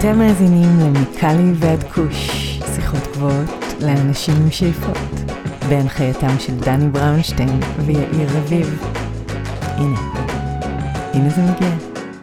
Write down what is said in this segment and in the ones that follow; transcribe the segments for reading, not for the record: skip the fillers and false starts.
אתם מאזינים למיקלי ועד כוש, שיחות גבוהות לאנשים עם שאיפות, בהנחייתם של דני בראונשטיין ויאיר רביב. הנה זה מגיע.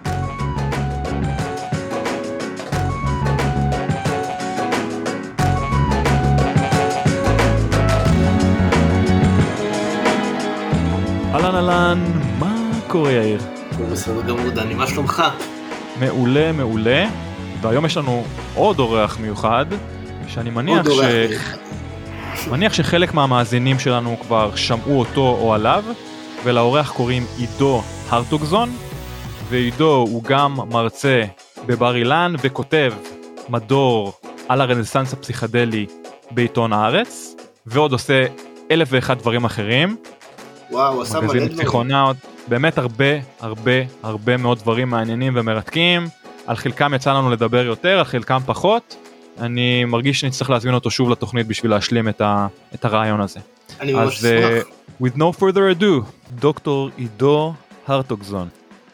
אהלן, מה קורה יאיר? בסדר גמור דני, מה שלומך? מעולה, מעולה. והיום יש לנו עוד אורח מיוחד, שאני מניח שחלק מהמאזינים שלנו כבר שמעו אותו או עליו, ולאורח קוראים עידו הרטוגזון, ועידו הוא גם מרצה בבר אילן וכותב מדור על הרנסנס הפסיכדלי בעיתון הארץ, ועוד עושה 1001 דברים אחרים. וואו, עשה מלא דברים. פסיכונאוט, באמת הרבה מאוד דברים מעניינים ומרתקים. על חלקם יצא לנו לדבר יותר, על חלקם פחות. אני מרגיש שנצטרך להזמין אותו שוב לתוכנית בשביל להשלים את הרעיון הזה. אני ממש אשמח. With no further ado, דוקטור עידו הרטוגזון.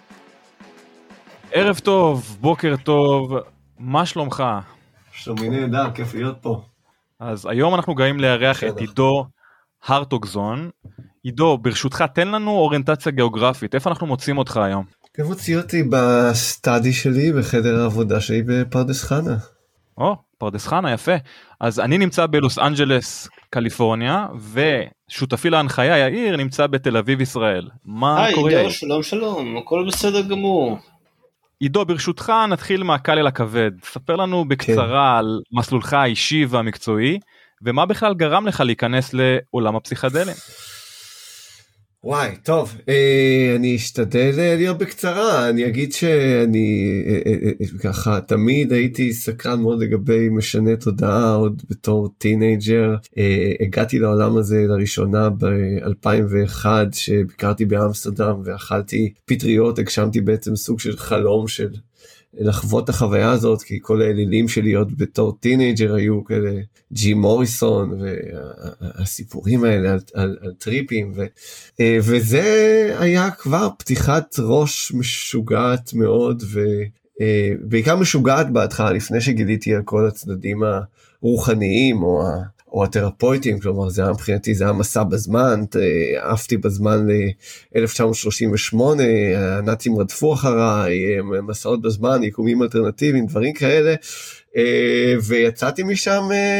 ערב טוב, בוקר טוב, מה שלומך? שלומי נהדר, כיף להיות פה. אז היום אנחנו גאים לארח את עידו הרטוגזון. עידו, ברשותך, תן לנו אוריינטציה גיאוגרפית, איפה אנחנו מוצאים אותך היום? אתם מוצאים אותי בסטאדי שלי, בחדר העבודה שלי בפרדס חנה. פרדס חנה, יפה. אז אני נמצא בלוס אנג'לס, קליפורניה, ושותפי להנחיה, יאיר, נמצא בתל אביב, ישראל. מה קורה? היי, עידו, שלום, הכל בסדר גמור. עידו, ברשותך, נתחיל מהקל אל הכבד. ספר לנו בקצרה על מסלולך האישי והמקצועי, ומה בכלל גרם לך להיכנס לעולם הפסיכדלים? וואי, טוב, אני אשתדל להיות בקצרה, אני אגיד שאני ככה תמיד הייתי סקרן מאוד לגבי משנה תודעה עוד בתור טינאג'ר, הגעתי לעולם הזה לראשונה ב-2001 שביקרתי באמסטרדם ואכלתי פטריות, הגשמתי בעצם סוג של חלום של לחוות את החוויה הזאת, כי כל האלילים שלי עוד בתור טינאג'ר היו כאלה ג'י מוריסון והסיפורים האלה על טריפים, וזה היה כבר פתיחת ראש משוגעת מאוד, ובעיקר משוגעת בהתחלה לפני שגיליתי על כל הצדדים הרוחניים או התרפויטים, כלומר זה היה מבחינתי, זה היה מסע בזמן, עפתי בזמן ל-1938, הנאצים רדפו אחריי, מסעות בזמן, יקומים אלטרנטיביים, דברים כאלה, ויצאתי משם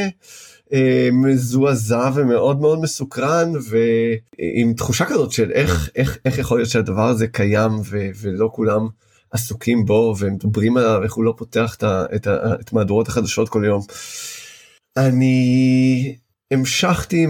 מזועזע ומאוד מאוד מסוקרן, ועם תחושה כזאת של איך יכול להיות שהדבר הזה קיים, ולא כולם עסוקים בו, ומדברים עליו, איך הוא לא פותח את מהדורות החדשות כל יום. אני המשכתי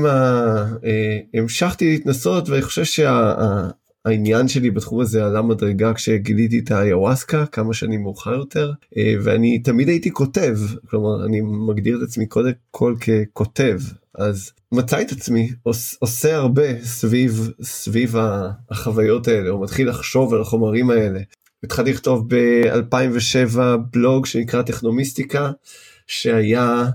להתנסות, ואני חושב שהעניין שלי בתחום הזה עלה מדרגה כשגיליתי את האיוואסקה כמה שנים מאוחר יותר, ואני תמיד הייתי כותב, כלומר אני מגדיר את עצמי קודם כל ככותב, אז מצא את עצמי עושה הרבה סביב החוויות האלה, או מתחיל לחשוב על החומרים האלה. התחלתי לכתוב ב-2007 בלוג שנקרא טכנומיסטיקה, שהיה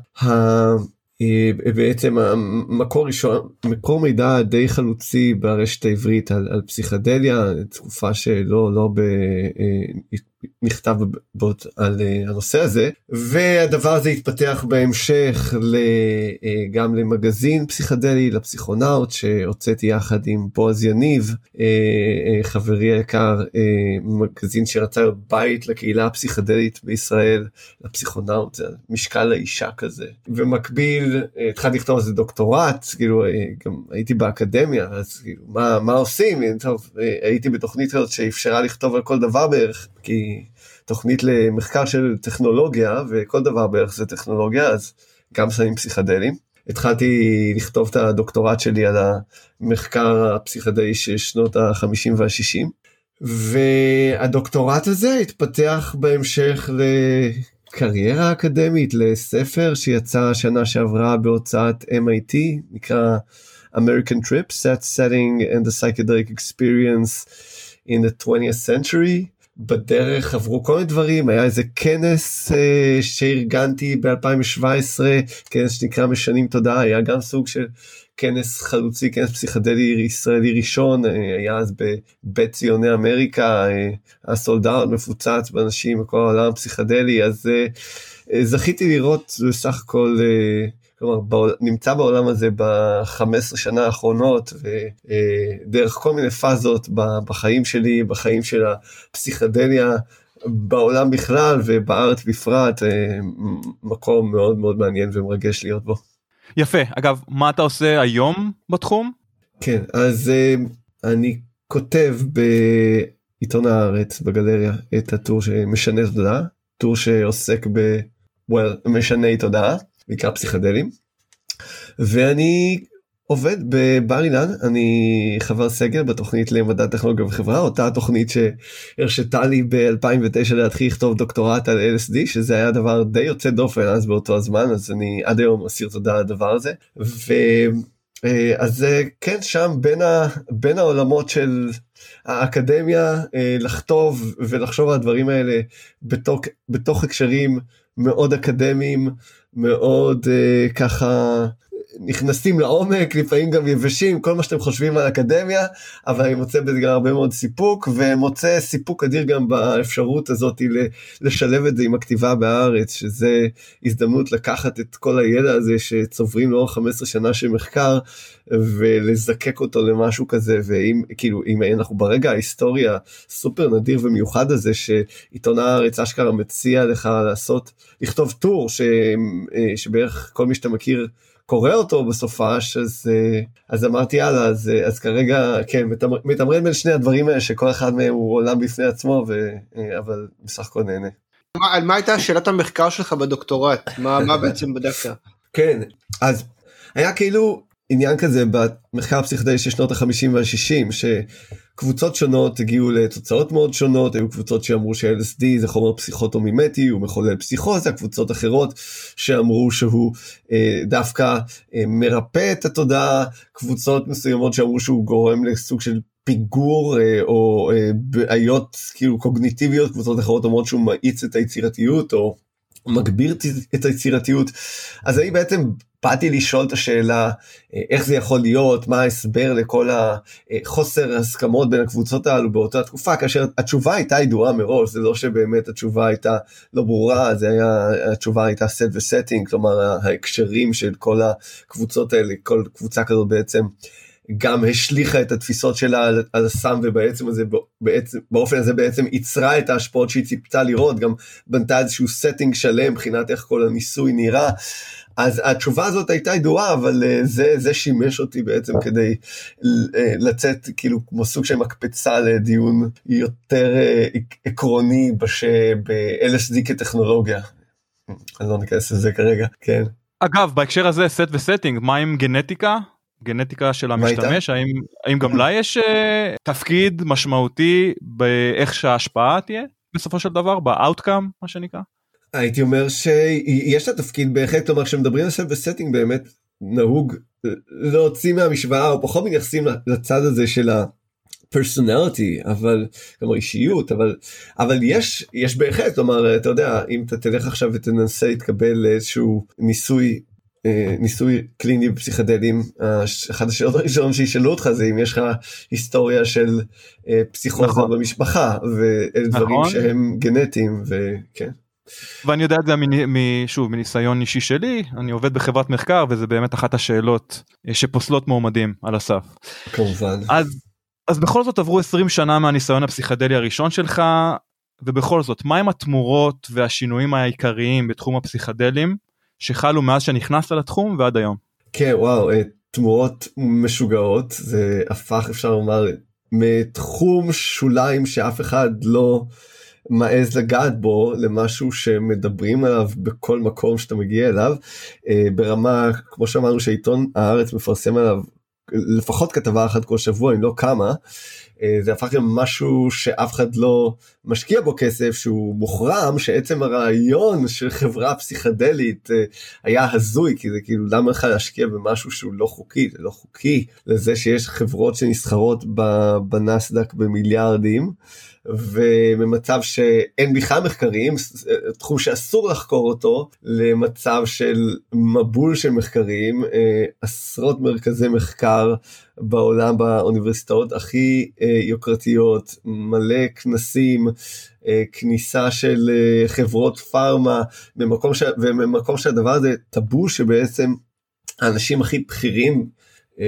בעצם מקור מידע די חלוצי ברשת העברית על פסיכדליה, תקופה שלא נכתב על הנושא הזה, והדבר הזה התפתח בהמשך גם למגזין פסיכדלי, לפסיכונאוט, שהוצאתי יחד עם בועז יניב, חברי היקר, מגזין שרצה להיות בית לקהילה הפסיכדלית בישראל, לפסיכונאוט, זה משקל האישה כזה. ומקביל, התחלתי לכתוב על זה דוקטורט, כאילו, גם הייתי באקדמיה, אז כאילו, מה עושים? טוב, הייתי בתוכנית הזאת שאפשרה לכתוב על כל דבר בערך, כי תוכנית למחקר של טכנולוגיה, וכל דבר בערך זה טכנולוגיה, אז גם סמים פסיכדליים. התחלתי לכתוב את הדוקטורט שלי על המחקר הפסיכדלי של שנות ה-50 וה-60, והדוקטורט הזה התפתח בהמשך לקריירה אקדמית, לספר שיצא שנה שעברה בהוצאת MIT, נקרא American Trips, Setting and the Psychedelic Experience in the 20th Century, בדרך עברו כל מיני דברים, היה איזה כנס שארגנתי ב-2017, כנס שנקרא משנים תודעה, היה גם סוג של כנס חלוצי, כנס פסיכדלי ישראלי ראשון, היה אז בבית ציוני אמריקה, הסולדארט מפוצץ באנשים בכל העולם פסיכדלי, אז זכיתי לראות בסך הכל, כלומר, נמצא בעולם הזה ב-15 שנה האחרונות, ודרך כל מיני פאזות בחיים שלי, בחיים של הפסיכדליה, בעולם בכלל ובארץ בפרט, מקום מאוד מאוד מעניין ומרגש להיות בו. יפה, אגב, מה אתה עושה היום בתחום? כן, אז אני כותב בעיתון הארץ, בגלריה, את הטור שמשנה תודעה, טור שעוסק משנה תודעה, בעיקר פסיכדלים, ואני עובד בבר אילן, אני חבר סגל בתוכנית למדע טכנולוגיה וחברה, אותה תוכנית שהרשתה לי ב-2009 להתחיל לכתוב דוקטורט על LSD, שזה היה דבר די יוצא דופן אז באותו הזמן, אז אני עד היום אסיר תודה על הדבר הזה, אז כן, שם בין העולמות של האקדמיה, לכתוב ולחשוב על הדברים האלה בתוך הקשרים מאוד אקדמיים, מאוד ככה נכנסים לעומק, לפעמים גם יבשים, כל מה שאתם חושבים על אקדמיה, אבל אני מוצא בזה גם הרבה מאוד סיפוק, ומוצא סיפוק אדיר גם באפשרות הזאת לשלב את זה עם הכתיבה בארץ, שזה הזדמנות לקחת את כל הידע הזה שצוברים לאורך 15 שנה של מחקר, ולזקק אותו למשהו כזה, ואם כאילו, אם אנחנו ברגע ההיסטוריה סופר נדיר ומיוחד הזה, שעיתון הארץ אשכרה מציע לך לכתוב טור, שבערך כל מי שאתה מכיר, קורא אותו בסופש, אז אמרתי יאללה, אז כרגע, כן, מתמרן בין שני הדברים האלה, שכל אחד מהם הוא עולם בפני עצמו, אבל בסך הכל נהנה. על מה הייתה שאלת המחקר שלך בדוקטורט? מה בעצם בדקת? כן, אז היה כאילו עניין כזה במחקר הפסיכדלי של שנות ה-50 וה-60, שקבוצות שונות הגיעו לתוצאות מאוד שונות, היו קבוצות שאמרו ש-LSD זה חומר פסיכוטומימטי, הוא מחולל פסיכוזה, קבוצות אחרות שאמרו שהוא דווקא מרפא את התודעה, קבוצות מסוימות שאמרו שהוא גורם לסוג של פיגור או בעיות כאילו קוגניטיביות, קבוצות אחרות אומרות שהוא מאיץ את היצירתיות או מגביר את היצירתיות. אז אני בעצם באתי לשאול את השאלה, איך זה יכול להיות, מה ההסבר לכל החוסר הסכמות בין הקבוצות האלו באותה תקופה, כאשר התשובה הייתה ידועה מראש, זה לא שבאמת התשובה הייתה לא ברורה, התשובה הייתה set ו-setting, כלומר ההקשרים של כל הקבוצות האלה, כל קבוצה כזאת בעצם, גם השליחה את התפיסות שלה על הסם, ובעצם באופן הזה בעצם יצרה את ההשפעות שהיא ציפתה לראות, גם בנתה איזשהו setting שלם, מבחינת איך כל הניסוי נראה, אז התשובה הזאת הייתה ידועה, אבל זה שימש אותי בעצם כדי לצאת כאילו כמו סוג של מקפצה לדיון יותר עקרוני ב-LSD כטכנולוגיה. אני לא ניכנס לזה כרגע, כן. אגב, בהקשר הזה, סט וסטינג, מה עם גנטיקה? גנטיקה של המשתמש, האם גם לה יש תפקיד משמעותי באיך שההשפעה תהיה בסופו של דבר, באוטקאם, מה שנקרא? הייתי אומר שיש לה תפקיד בהחלט, כלומר כשמדברים על סט וסטינג באמת נהוג להוציא מהמשוואה, או פחות מייחסים לצד הזה של הפרסונליטי, אבל, כלומר אישיות, אבל יש בהחלט, כלומר אתה יודע, אם אתה תלך עכשיו ותנסה להתקבל לאיזשהו ניסוי קליני בפסיכדלים, אחד השאלות הראשון שישאלו אותך זה אם יש לך היסטוריה של פסיכוזה במשפחה, ואלה דברים שהם גנטיים, וכן. ואני יודע את זה שוב, מניסיון אישי שלי, אני עובד בחברת מחקר, וזה באמת אחת השאלות שפוסלות מועמדים על הסף. כמובן. אז בכל זאת עברו 20 שנה מהניסיון הפסיכדלי הראשון שלך, ובכל זאת, מה הם התמורות והשינויים העיקריים בתחום הפסיכדלים, שחלו מאז שנכנסת לתחום ועד היום? כן, וואו, תמורות משוגעות, זה הפך, אפשר לומר, מתחום שוליים שאף אחד לא מעז לגעת בו, למשהו שמדברים עליו בכל מקום שאתה מגיע אליו, ברמה, כמו שאמרנו, שעיתון הארץ מפרסם עליו, לפחות כתבה אחת כל שבוע, אם לא כמה, זה הפך גם משהו שאף אחד לא משקיע בו כסף, שהוא מוחרם, שעצם הרעיון של חברה פסיכדלית היה הזוי, כי זה כאילו למה לך להשקיע במשהו שהוא לא חוקי, זה לא חוקי לזה שיש חברות שנסחרות בנסדק במיליארדים, ובמצב שאין בכלל מחקרים, תחום שאסור לחקור אותו, למצב של מבול של מחקרים, עשרות מרכזי מחקר בעולם באוניברסיטאות הכי יוקרתיות, מלא כנסים, כניסה של חברות פארמה, במקום שהדבר הזה טאבו, שבעצם האנשים הכי בכירים,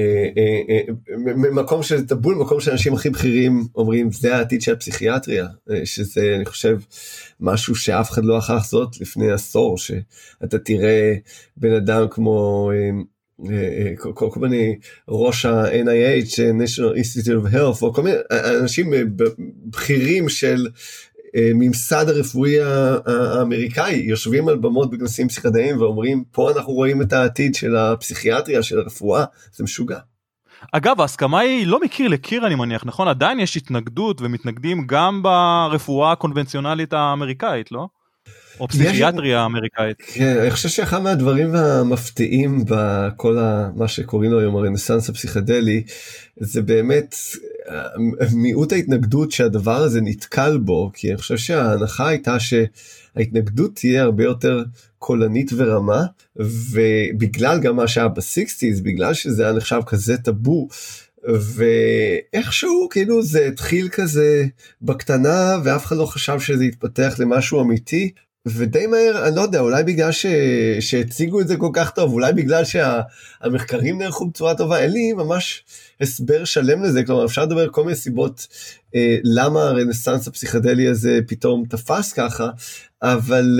מקום שזה טאבו, מקום שאנשים הכי בכירים אומרים זה העתיד של הפסיכיאטריה, שזה אני חושב משהו שאף אחד לא יכול לעשות לפני עשור, שאתה תראה בן אדם כמו כל מיני ראש ה-NIH, National Institute of Health, או כל מיני אנשים בכירים של ממסד הרפואי האמריקאי, יושבים על במות בכנסים פסיכדליים ואומרים, פה אנחנו רואים את העתיד של הפסיכיאטריה, של הרפואה, זה משוגע. אגב, ההסכמה היא לא מקיר לקיר, אני מניח, נכון? עדיין יש התנגדות ומתנגדים גם ברפואה הקונבנציונלית האמריקאית, לא? או פסיכיאטריה האמריקאית. כן, אני חושב שאחד מהדברים המפתיעים בכל מה שקוראים לו היום הרנסנס הפסיכדלי, זה באמת מיעוט ההתנגדות שהדבר הזה נתקל בו, כי אני חושב שההנחה הייתה שההתנגדות תהיה הרבה יותר קולנית ורמה, ובגלל גם מה שהיה ב-60s, בגלל שזה היה נחשב כזה טאבו, ואיכשהו כאילו זה התחיל כזה בקטנה, ואף אחד לא חשב שזה יתפתח למשהו אמיתי, ודי מהר, אני לא יודע, אולי בגלל שהציגו את זה כל כך טוב, אולי בגלל שהמחקרים נערכו בצורה טובה, אין לי ממש הסבר שלם לזה, כלומר אפשר לדבר כל מיני סיבות למה הרנסנס הפסיכדלי הזה פתאום תפס ככה, אבל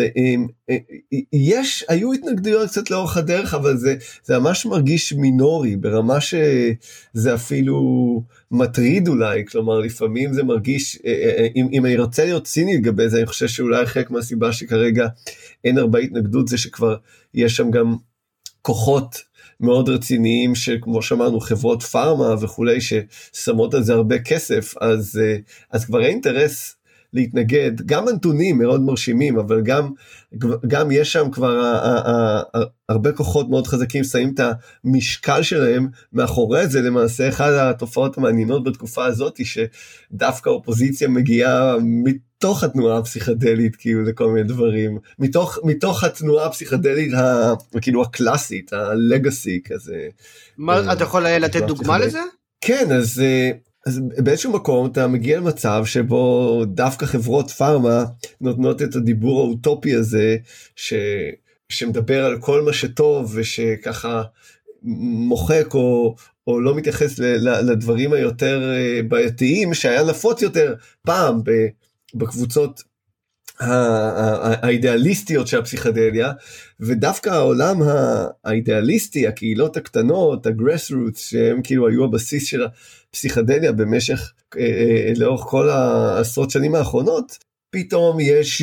היו התנגדויות קצת לאורך הדרך, אבל זה ממש מרגיש מינורי, ברמה שזה אפילו מטריד אולי, כלומר לפעמים זה מרגיש, אם אני רוצה להיות ציני לגבי זה, אני חושב שאולי חלק מהסיבה שכרגע אין הרבה התנגדות, זה שכבר יש שם גם כוחות מאוד רציניים, שכמו שאמרנו חברות פארמה וכולי, ששמות על זה הרבה כסף, אז כבר אין אינטרס להתנגד, גם הנתונים מאוד מרשימים, אבל גם יש שם כבר הרבה כוחות מאוד חזקים, שמים את המשקל שלהם מאחורי זה, למעשה אחד התופעות המעניינות בתקופה הזאת, היא שדווקא האופוזיציה מגיעה מתוך התנועה הפסיכדלית, כאילו לכל מיני דברים, מתוך התנועה הפסיכדלית, כאילו הקלאסית, הלגאסי כזה. מה, אתה יכול לתת דוגמה לזה? כן, אז באיזשהו מקום אתה מגיע למצב שבו דווקא חברות פארמה נותנות את הדיבור האוטופי הזה, שמדבר על כל מה שטוב ושככה מוחק או לא מתייחס לדברים היותר בעייתיים, שהיה נפוץ יותר פעם בקבוצות האידיאליסטיות של הפסיכדליה, ודווקא העולם האידיאליסטי, הקהילות הקטנות, הגרסרוטס, שהם כאילו היו הבסיס של הפסיכדליה במשך, לאורך כל העשרות שנים האחרונות, פתאום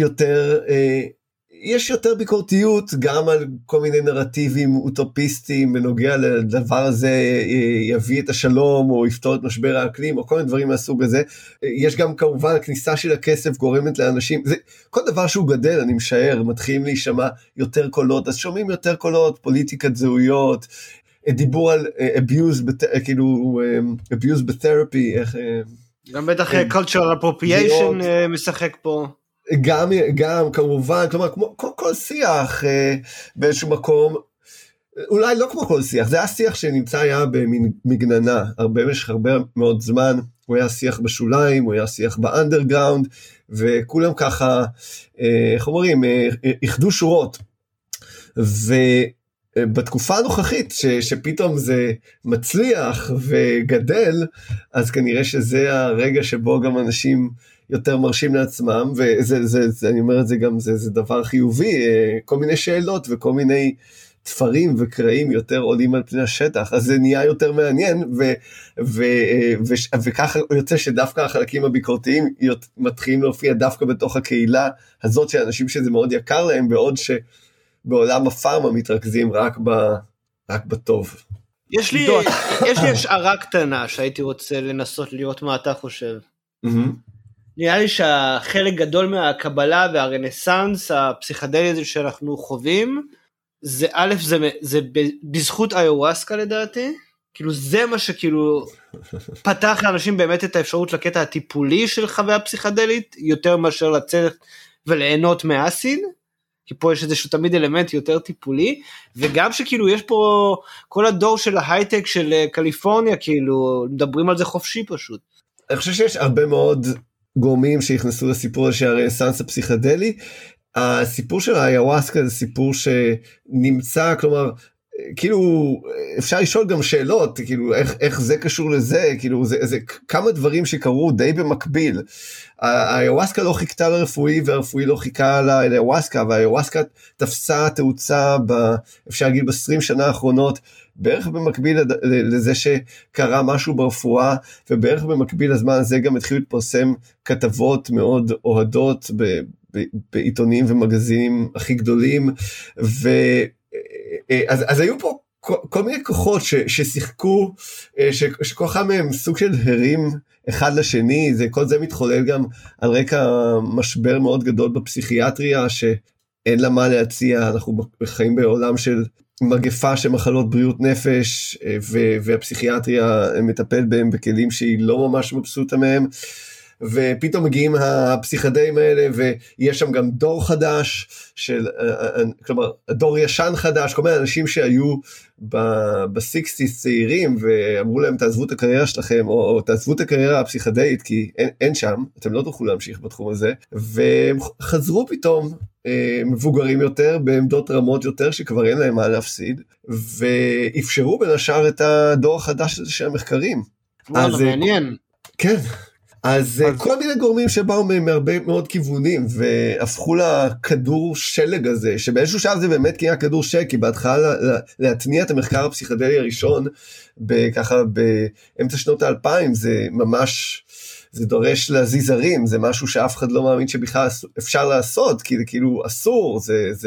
יש יותר ביקורתיות, גם על כל מיני נרטיבים אוטופיסטיים, בנוגע לדבר הזה יביא את השלום, או יפתור את משבר האקלים, או כל מיני דברים מהסוג הזה. יש גם כמובן הכניסה של הכסף גורמת לאנשים, כל דבר שהוא גדל, אני משער, מתחילים להישמע יותר קולות, אז שומעים יותר קולות, פוליטיקת זהויות, דיבור על abuse בתרפי, גם בטח cultural appropriation משחק פה. גם כמובן, כלומר, כמו כל שיח באיזשהו מקום, אולי לא כמו כל שיח, זה היה שיח שנמצא היה במגננה, במשך הרבה מאוד זמן, הוא היה שיח בשוליים, הוא היה שיח באנדרגראונד, וכולם ככה, איך אומרים, איחדו שורות, ובתקופה הנוכחית, שפתאום זה מצליח וגדל, אז כנראה שזה הרגע שבו גם אנשים יותר מרשים לעצמם, ואני אומר את זה גם, זה דבר חיובי, כל מיני שאלות וכל מיני תפרים וקראים יותר עולים על פני השטח, אז זה נהיה יותר מעניין, וככה יוצא שדווקא החלקים הביקורתיים מתחילים להופיע דווקא בתוך הקהילה הזאת של אנשים שזה מאוד יקר להם, בעוד שבעולם הפארמה מתרכזים רק בטוב. יש לי השערה קטנה שהייתי רוצה לנסות לראות מה אתה חושב. נראה לי שהחלק גדול מהקבלה והרנסנס הפסיכדלי הזה שאנחנו חווים, זה א', זה בזכות איוואסקה לדעתי, כאילו זה מה שכאילו פתח לאנשים באמת את האפשרות לקטע הטיפולי של חוויה פסיכדלית, יותר מאשר לצאת וליהנות מאסיד, כי פה יש איזשהו תמיד אלמנט יותר טיפולי, וגם שכאילו יש פה כל הדור של ההייטק של קליפורניה, כאילו מדברים על זה חופשי פשוט. אני חושב שיש הרבה מאוד גורמים שיכנסו לסיפור של הרנסנס הפסיכדלי. הסיפור של האיוואסקה זה סיפור שנמצא, כלומר, כאילו אפשר לשאול גם שאלות, כאילו איך זה קשור לזה, כאילו זה כמה דברים שקרו די במקביל. האיוואסקה לא חיכתה לרפואי, והרפואי לא חיכה לאיוואסקה, והאיוואסקה תפסה תאוצה, אפשר להגיד ב-20 שנה האחרונות, בערך במקביל לזה שקרה משהו ברפואה, ובערך במקביל לזמן הזה גם התחילו להתפרסם כתבות מאוד אוהדות בעיתונים ומגזינים הכי גדולים, אז היו פה כל מיני כוחות ששיחקו, שכוחם מהם סוג של הרים אחד לשני, כל זה מתחולל גם על רקע משבר מאוד גדול בפסיכיאטריה, שאין לה מה להציע, אנחנו חיים בעולם של מגפה של מחלות בריאות נפש, והפסיכיאטריה מטפל בהם בכלים שהיא לא ממש מבסוטה מהם, ופתאום מגיעים הפסיכדלים האלה, ויש שם גם דור חדש, כלומר, דור ישן חדש, כל מיני אנשים שהיו ב-60s צעירים, ואמרו להם, תעזבו את הקריירה שלכם, או תעזבו את הקריירה הפסיכדלית, כי אין שם, אתם לא תוכלו להמשיך בתחום הזה, והם חזרו פתאום, מבוגרים יותר, בעמדות רמות יותר, שכבר אין להם מה להפסיד, ואפשרו בין השאר את הדור החדש הזה של המחקרים. וואלה, מעניין. כן. אז כל מיני גורמים שבאו מהרבה מאוד כיוונים, והפכו לכדור שלג הזה, שבאיזשהו שעה זה באמת היה כדור שלג, כי בהתחלה להתניע את המחקר הפסיכדלי הראשון, ככה באמצע שנות ה-2000, זה ממש, זה דורש להזיז הרים, זה משהו שאף אחד לא מאמין שבכלל אפשר לעשות, כי זה כאילו אסור,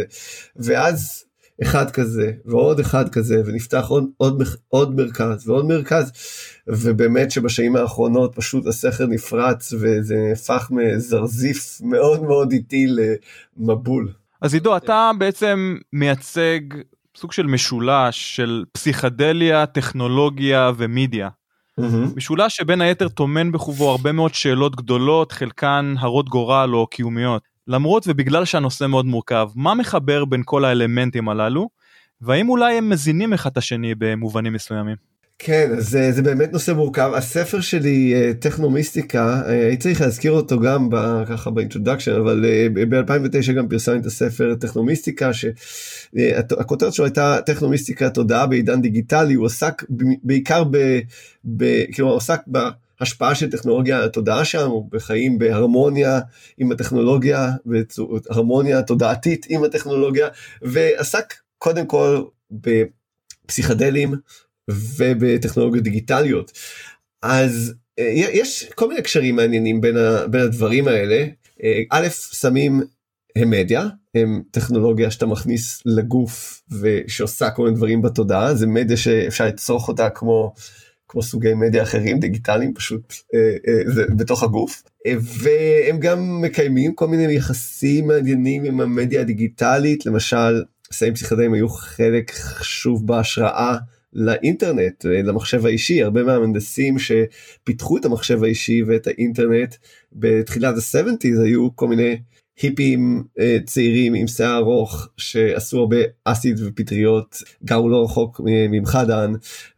ואז אחד כזה, ועוד אחד כזה, ונפתח עוד מרכז, ועוד מרכז, ובאמת שבשנים האחרונות פשוט הסכר נפרץ, וזה נהפך מזרזיף מאוד מאוד איטי למבול. אז עידו, אתה בעצם מייצג סוג של משולש של פסיכדליה, טכנולוגיה ומידיה. משולש שבין היתר תומן בחובו הרבה מאוד שאלות גדולות, חלקן הרות גורל או קיומיות. למרות ובגלל שהנושא מאוד מורכב, מה מחבר בין כל האלמנטים הללו, והאם אולי הם מזינים אחד את השני במובנים מסוימים? כן, אז זה באמת נושא מורכב. הספר שלי, טכנומיסטיקה, הייתי צריך להזכיר אותו גם ככה באינטרודקשן, אבל ב-2009 גם פרסמתי את הספר טכנומיסטיקה, שהכותרת שלו הייתה טכנומיסטיקה, תודעה בעידן דיגיטלי. הוא עסק בעיקר כלומר, הוא עסק השפעה של טכנולוגיה על התודעה שלנו, בחיים בהרמוניה עם הטכנולוגיה, והרמוניה תודעתית עם הטכנולוגיה, ועסק קודם כל בפסיכדלים ובטכנולוגיות דיגיטליות. אז יש כל מיני קשרים מעניינים בין הדברים האלה. א', סמים הם מדיה, הם טכנולוגיה שאתה מכניס לגוף ושעושה כל מיני דברים בתודעה, זה מדיה שאפשר לצרוך אותה כמו סוגי מדיה אחרים, דיגיטליים, פשוט זה בתוך הגוף, והם גם מקיימים כל מיני יחסים מעניינים עם המדיה הדיגיטלית, למשל, סמים פסיכדליים היו חלק חשוב בהשראה לאינטרנט, למחשב האישי, הרבה מהמהנדסים שפיתחו את המחשב האישי ואת האינטרנט, בתחילת ה-70s היו כל מיני היפים צעירים עם שיער ארוך שעשו הרבה אסיד ופטריות, גרו לא רחוק ממך דן,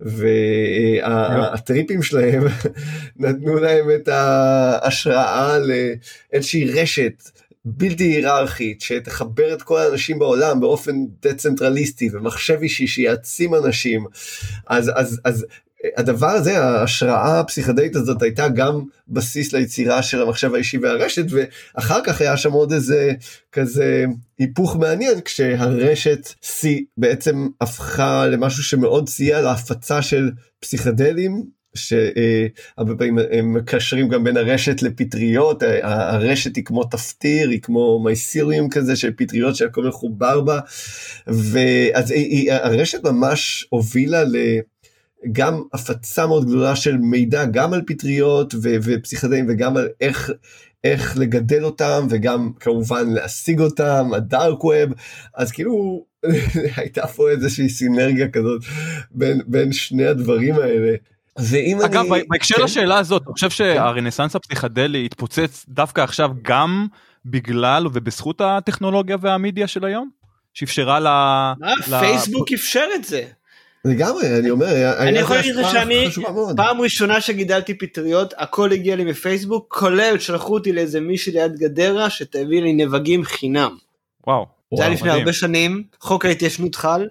והטריפים שלהם נתנו להם את ההשראה לאיזושהי רשת בלתי היררכית שתחבר את כל האנשים בעולם באופן דצנטרליסטי ומחשב אישי שיעצים אנשים. אז הדבר הזה, ההשראה הפסיכדלית הזאת הייתה גם בסיס ליצירה של המחשב האישי והרשת, ואחר כך היה שם עוד איזה כזה היפוך מעניין, כשהרשת בעצם הפכה למשהו שמאוד סייע להפצה של פסיכדלים, שהרבה פעמים הם מקשרים גם בין הרשת לפטריות, הרשת היא כמו תפטיר, היא כמו מייסיליום כזה של פטריות שהכל מחובר בה, ואז הרשת ממש הובילה גם הפצה מאוד גדולה של מידע, גם על פטריות ופסיכדלים, וגם על איך לגדל אותם, וגם כמובן להשיג אותם, הדארק ווב, אז כאילו הייתה פה איזושהי סינרגיה כזאת בין שני הדברים האלה. אגב, בהקשר לשאלה הזאת, אני חושב שהרנסנס הפסיכדלי התפוצץ דווקא עכשיו גם בגלל ובזכות הטכנולוגיה והמידיה של היום? שאפשרה פייסבוק אפשר את זה. לגמרי, אני אומר, אני יכול להגיד לך שאני, פעם ראשונה שגידלתי פטריות, הכל הגיע לי מפייסבוק, כולל שלחו אותי לאיזה מישהו ליד גדרה, שתביא לי נבגים חינם. וואו. זה היה לפני הרבה שנים, חוק ההתיישנות חל.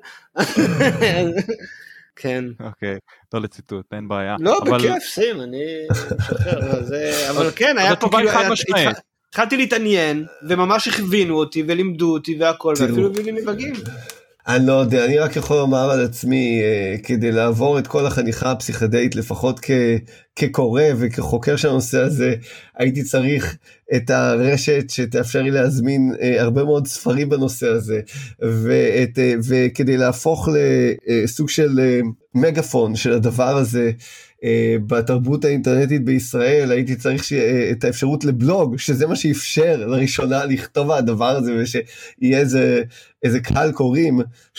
כן. אוקיי, לא לציטוט, אין בעיה. לא, בכיף, שים, אני משחרר, אבל כן, היה פה כאילו, התחלתי להתעניין, וממש הכווינו אותי, ולימדו אותי והכל, ואפילו הביאו לי נבגים. אני לא יודע, אני רק יכול לומר על עצמי, כדי לעבור את כל החניכה הפסיכדלית, לפחות כקורא וכחוקר של הנושא הזה, הייתי צריך את הרשת שתאפשר לי להזמין הרבה מאוד ספרים בנושא הזה, וכדי להפוך לסוג של מגפון של הדבר הזה, בתרבות האינטרנטית בישראל, הייתי צריך את האפשרות לבלוג, שזה מה שאפשר לראשונה לכתוב על הדבר הזה, ושיהיה איזה קהל קוראים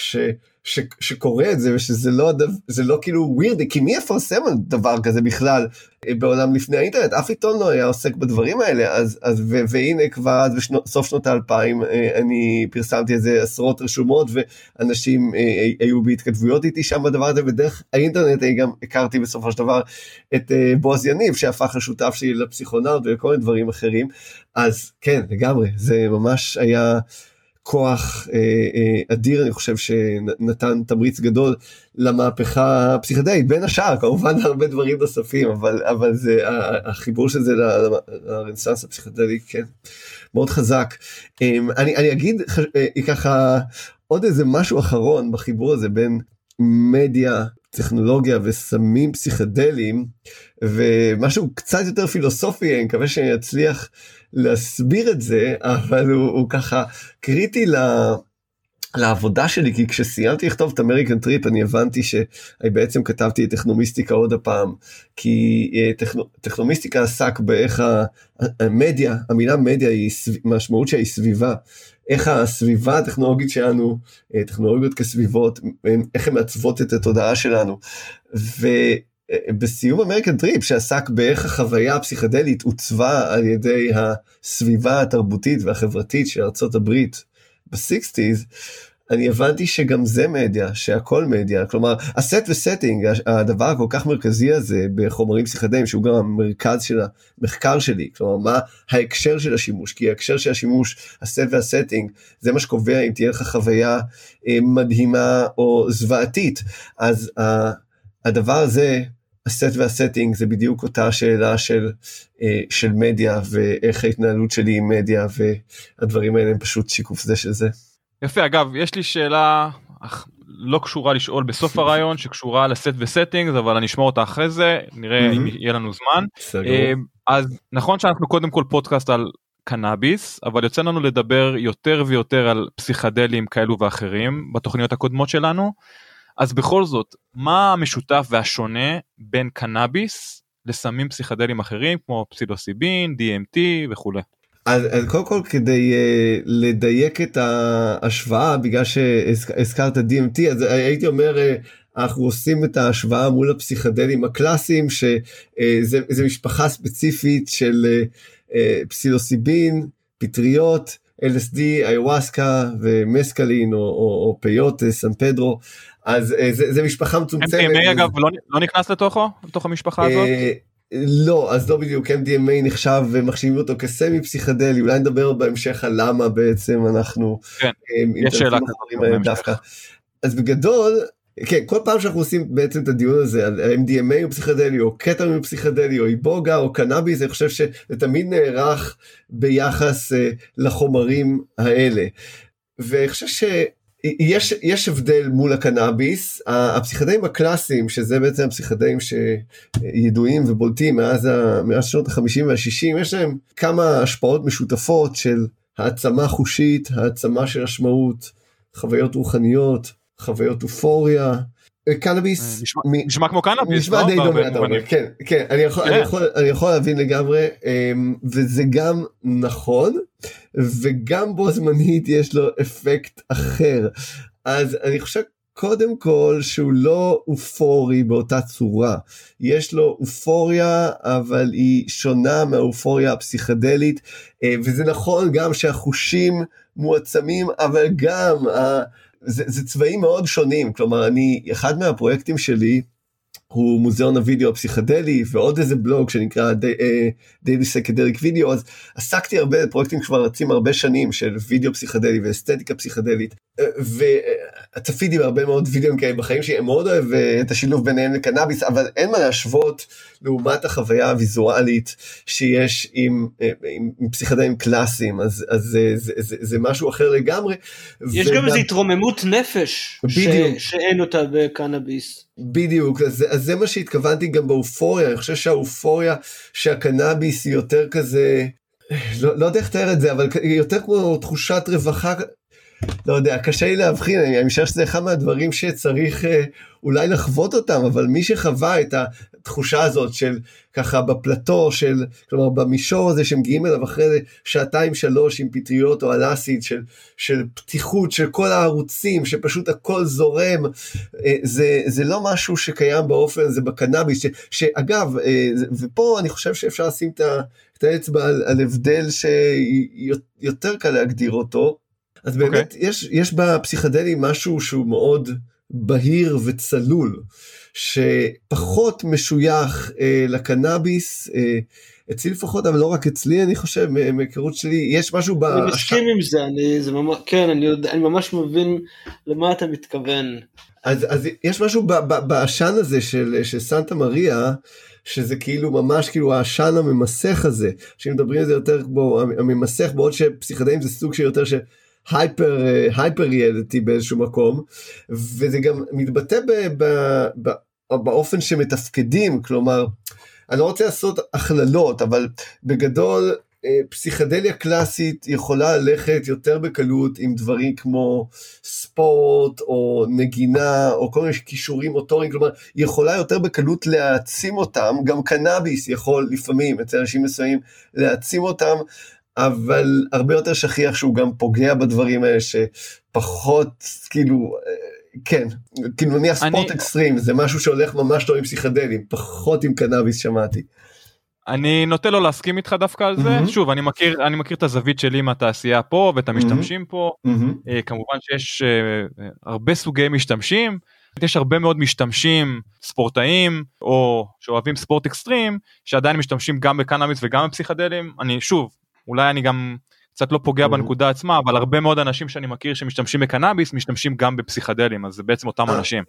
שקורא את זה, ושזה לא כאילו ווירדי, כי מי יפרסם על דבר כזה בכלל בעולם לפני האינטרנט? אף עיתון לא היה עוסק בדברים האלה, והנה כבר אז בסוף שנות ה-2000, אני פרסמתי איזה עשרות רשומות, ואנשים היו בהתכתבויות איתי שם בדבר הזה, ודרך האינטרנט גם הכרתי בסופו של דבר את בועז יניב, שהפך לשותף שלי לפסיכונאוט וכל מיני דברים אחרים, אז כן, לגמרי, זה ממש היה כוח אדיר, אני חושב שנתן תמריץ גדול למהפכה הפסיכדלית, בין השאר, כמובן הרבה דברים נוספים, אבל זה, החיבור של זה לרנסנס הפסיכדלי, כן, מאוד חזק. אני אגיד ככה עוד איזה משהו אחרון בחיבור הזה בין מדיה, טכנולוגיה וסמים פסיכדליים, ומשהו קצת יותר פילוסופי, אני מקווה שאני אצליח להסביר את זה, אבל הוא ככה קריטי לעבודה שלי, כי כשסיימתי לכתוב את אמריקן טריפ, אני הבנתי שאני בעצם כתבתי את טכנומיסטיקה עוד הפעם, כי טכנומיסטיקה עסק באיך המדיה, המילה מדיה היא משמעות שהיא סביבה, איך הסביבה הטכנולוגית שלנו, טכנולוגיות כסביבות, איך הן מעצבות את התודעה שלנו, ובסיום אמריקן טריפ, שעסק באיך החוויה הפסיכדלית עוצבה על ידי הסביבה התרבותית והחברתית של ארצות הברית ב-60s, אני הבנתי שגם זה מדיה, שהכל מדיה, כלומר, הסט וסטינג, הדבר הכל כך מרכזי הזה בחומרים פסיכדליים, שהוא גם המרכז של המחקר שלי, כלומר, מה ההקשר של השימוש, כי ההקשר של השימוש, הסט והסטינג, זה מה שקובע אם תהיה לך חוויה מדהימה או זוועתית, אז הדבר הזה, הסט והסטינג, זה בדיוק אותה שאלה של מדיה, ואיך ההתנהלות שלי עם מדיה, והדברים האלה הם פשוט שיקוף זה של זה. יפה, אגב, יש לי שאלה לא קשורה לשאול בסוף הרעיון, שקשורה לסט וסטינגס, אבל אני אשמור אותה אחרי זה, נראה אם יהיה לנו זמן. אז נכון שאנחנו קודם כל פודקאסט על קנאביס, אבל יוצא לנו לדבר יותר ויותר על פסיכדלים כאלו ואחרים, בתוכניות הקודמות שלנו, אז בכל זאת, מה המשותף והשונה בין קנאביס לסמים פסיכדלים אחרים, כמו פסילוסיבין, DMT וכו'? אז קודם כל כדי לדייק את ההשוואה, בגלל שהזכרת DMT, אז הייתי אומר, אנחנו עושים את ההשוואה מול הפסיכדלים הקלאסיים, שזה משפחה ספציפית של פסילוסיבין, פטריות, LSD, איוואסקה ומסקלין או פיות, סן פדרו, אז זה משפחה מצומצמת. MDMA אגב לא נכנס לתוך המשפחה הזאת? לא, אז לא בדיוק, MDMA נחשב ומחשיבים אותו כסמי פסיכדלי, אולי נדבר בהמשך על למה בעצם אנחנו... כן, יש שאלה כזאת דווקא. אז בגדול, כן, כל פעם שאנחנו עושים בעצם את הדיון הזה, על MDMA או פסיכדלי, או קטמין פסיכדלי, או איבוגה, או קנאביס, אני חושב שזה תמיד נערך ביחס לחומרים האלה. ואני חושב יש הבדל מול הקנאביס, הפסיכדלים הקלאסיים, שזה בעצם הפסיכדלים שידועים ובולטים מאז שנות ה-50 וה-60, יש להם כמה השפעות משותפות של העצמה חושית, העצמה של השמעות, חוויות רוחניות, חוויות אופוריה, קנאביס נשמע כמו קנאביס, נשמע די דומה, כן, אני יכול להבין לגמרי, וזה גם נכון, וגם בו זמנית יש לו אפקט אחר, אז אני חושב קודם כל שהוא לא אופורי באותה צורה, יש לו אופוריה אבל היא שונה מהאופוריה הפסיכדלית, וזה נכון גם שהחושים מועצמים, אבל גם זה צבעים מאוד שונים, כלומר אחד מהפרויקטים שלי הוא מוזיאון הוידאו הפסיכדלי, ועוד איזה בלוג שנקרא Daily Psychedelic Video, אז עסקתי הרבה, פרויקטים כבר רצים הרבה שנים, של וידאו פסיכדלי ואסתטיקה פסיכדלית, וצפיתי בהרבה מאוד וידאוים כאלה בחיים שלי, מאוד אוהב את השילוב ביניהם לקנאביס, אבל אין מה להשוות לעומת החוויה הוויזואלית שיש עם פסיכדלים קלאסיים, אז זה משהו אחר לגמרי. יש גם איזו התרוממות נפש שאין אותה בקנאביס. בדיוק, אז זה מה שהתכוונתי גם באופוריה, אני חושב שהאופוריה שהקנאביס היא יותר כזה, לא יודע איך לתאר את זה, אבל היא יותר כמו תחושת רווחה, לא יודע, קשה לי להבחין, אני חושב שזה אחד מהדברים שצריך אולי לחוות אותם, אבל מי שחווה את התחושה הזאת של ככה בפלטו, כלומר במישור הזה שמגיעים אליו אחרי 2-3 עם פטריות או על אסיד, של פתיחות של כל הערוצים, שפשוט הכל זורם, זה לא משהו שקיים באופן הזה בקנאביס, שאגב, ופה אני חושב שאפשר לשים את האצבע על הבדל שיותר קל להגדיר אותו, אז באמת יש בפסיכדלי משהו שהוא מאוד בהיר וצלול, שפחות משוייך לקנאביס, אצלי לפחות, אבל לא רק אצלי, אני חושב, מהיכרות שלי, יש משהו אני מסכים עם זה, כן, אני ממש מבין למה אתה מתכוון. אז יש משהו בעשן הזה של סנטה מריה, שזה כאילו ממש כאילו העשן הממסך הזה, שמדברים על זה יותר כמו הממסך, בעוד שפסיכדלים זה סוג של יותר הייפר ריאליטי באיזשהו מקום, וזה גם מתבטא באופן שמתפקדים, כלומר, אני לא רוצה לעשות הכללות, אבל בגדול, פסיכדליה קלאסית יכולה ללכת יותר בקלות עם דברים כמו ספורט או נגינה או כל מיני כישורים מוטוריים, כלומר היא יכולה יותר בקלות להעצים אותם, גם קנאביס יכול לפעמים אצל אנשים מסוימים להעצים אותם, אבל הרבה יותר שכיח שהוא גם פוגע בדברים האלה שפחות כאילו, כן, כאילו נניח ספורט אקסטרים, זה משהו שהולך ממש לא עם פסיכדלים, פחות עם קנאביס שמעתי. אני נוטה לא להסכים איתך דווקא על זה, שוב, אני מכיר את הזווית שלי מהתעשייה פה, ואת המשתמשים פה, כמובן שיש הרבה סוגי משתמשים, יש הרבה מאוד משתמשים ספורטאים, או שאוהבים ספורט אקסטרים, שעדיין משתמשים גם בקנאביס וגם בפסיכדלים, שוב, אולי אני גם קצת לא פוגע בנקודה עצמה, אבל הרבה מאוד אנשים שאני מכיר שמשתמשים בקנאביס, משתמשים גם בפסיכדלים, אז זה בעצם אותם אנשים.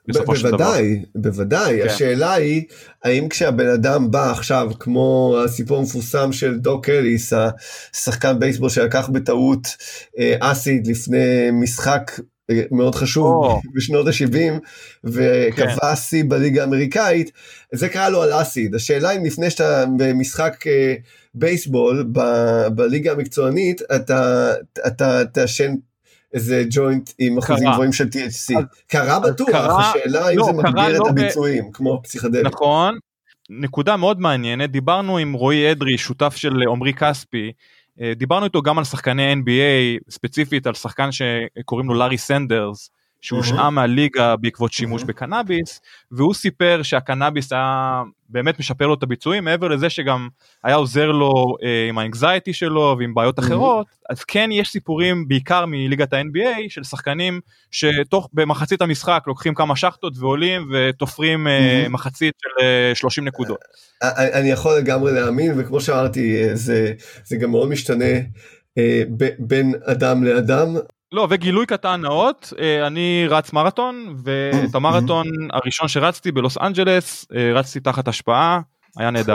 בוודאי, השאלה היא, האם כשהבן אדם בא עכשיו, כמו הסיפור המפורסם של דוק אליס, השחקן בייסבול שלקח בטעות אסיד לפני משחק מאוד חשוב בשנות ה-70, וקבע שיא בליגה האמריקאית, זה קרה לו על אסיד. השאלה אם לפני שאתה במשחק בייסבול, בליגה המקצוענית, אתה תעשן איזה ג'וינט עם אחוזים גבוהים של THC. קרה בטוח, השאלה אם זה מגביר את הביצועים, כמו פסיכדלים. נכון, נקודה מאוד מעניינת, דיברנו עם רועי אדרי, שותף של עומרי כספי, דיברנו איתו גם על שחקני NBA, ספציפית על שחקן שקוראים לו לארי סנדרס, שהושעה מהליגה בעקבות שימוש בקנאביס, והוא סיפר שהקנאביס היה באמת משפר לו את הביצועים, מעבר לזה שגם היה עוזר לו עם האנקזייטי שלו ועם בעיות אחרות, אז כן יש סיפורים בעיקר מליגת ה-NBA של שחקנים שתוך במחצית המשחק לוקחים כמה שחטות ועולים ותופרים מחצית של 30 נקודות. אני יכול לגמרי להאמין, וכמו שאמרתי, זה גם מאוד משתנה בין אדם לאדם. לא, וגילוי קטן נאות, אני רץ מרתון, ואת המרתון הראשון שרצתי בלוס אנג'לס, רצתי תחת השפעה, היה נהדר.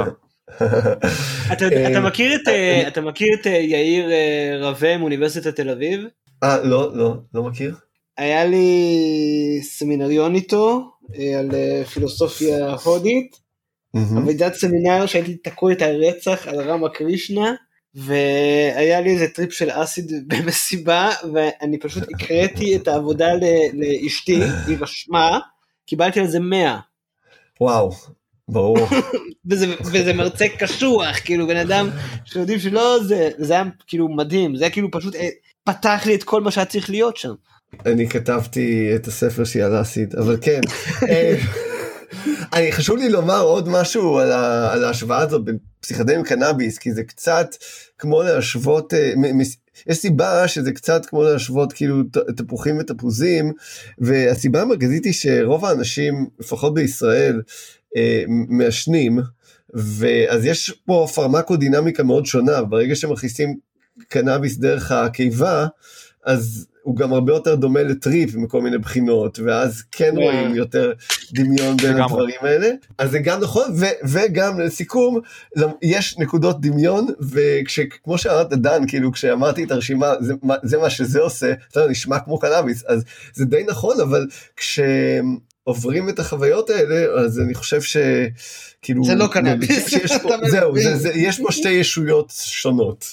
אתה מכיר את יאיר רווה מאוניברסיטת תל אביב? לא מכיר. היה לי סמינריון איתו, על פילוסופיה הודית, עבודת סמינר שהייתי תקוע את הרצח על רמה קרישנה, והיה לי איזה טריפ של אסיד במסיבה, ואני פשוט הקראתי את העבודה לאשתי, היא רשמה, קיבלתי על זה 100. וואו, ברור. וזה מרצה קשוח, כאילו בן אדם שיודעים שלא, זה היה כאילו מדהים, זה היה כאילו פשוט פתח לי את כל מה שהיה צריך להיות שם. אני כתבתי את הספר שיאלסית, אבל כן. חשוב לי לומר עוד משהו על ההשוואה הזאת בין פסיכדלים קנאביס, כי זה קצת כמו להשוות, יש סיבה שזה קצת כמו להשוות כאילו תפוחים ותפוזים, והסיבה המרכזית היא שרוב האנשים, לפחות בישראל, מעשנים, ואז יש פה פרמקודינמיקה מאוד שונה, ברגע שמכניסים קנאביס דרך הקיבה, אז הוא גם הרבה יותר דומה לטריפ מכל מיני בחינות, ואז כן רואים יותר דמיון בין הדברים האלה, אז זה גם נכון, וגם לסיכום, יש נקודות דמיון, וכמו שאמרת דן, כאילו כשאמרתי את הרשימה, זה מה שזה עושה, זה נשמע כמו קנאביס, אז זה די נכון, אבל עוברים את החוויות האלה, אז אני חושב שכאילו... זה לא קנאביס. זהו, יש פה שתי ישויות שונות.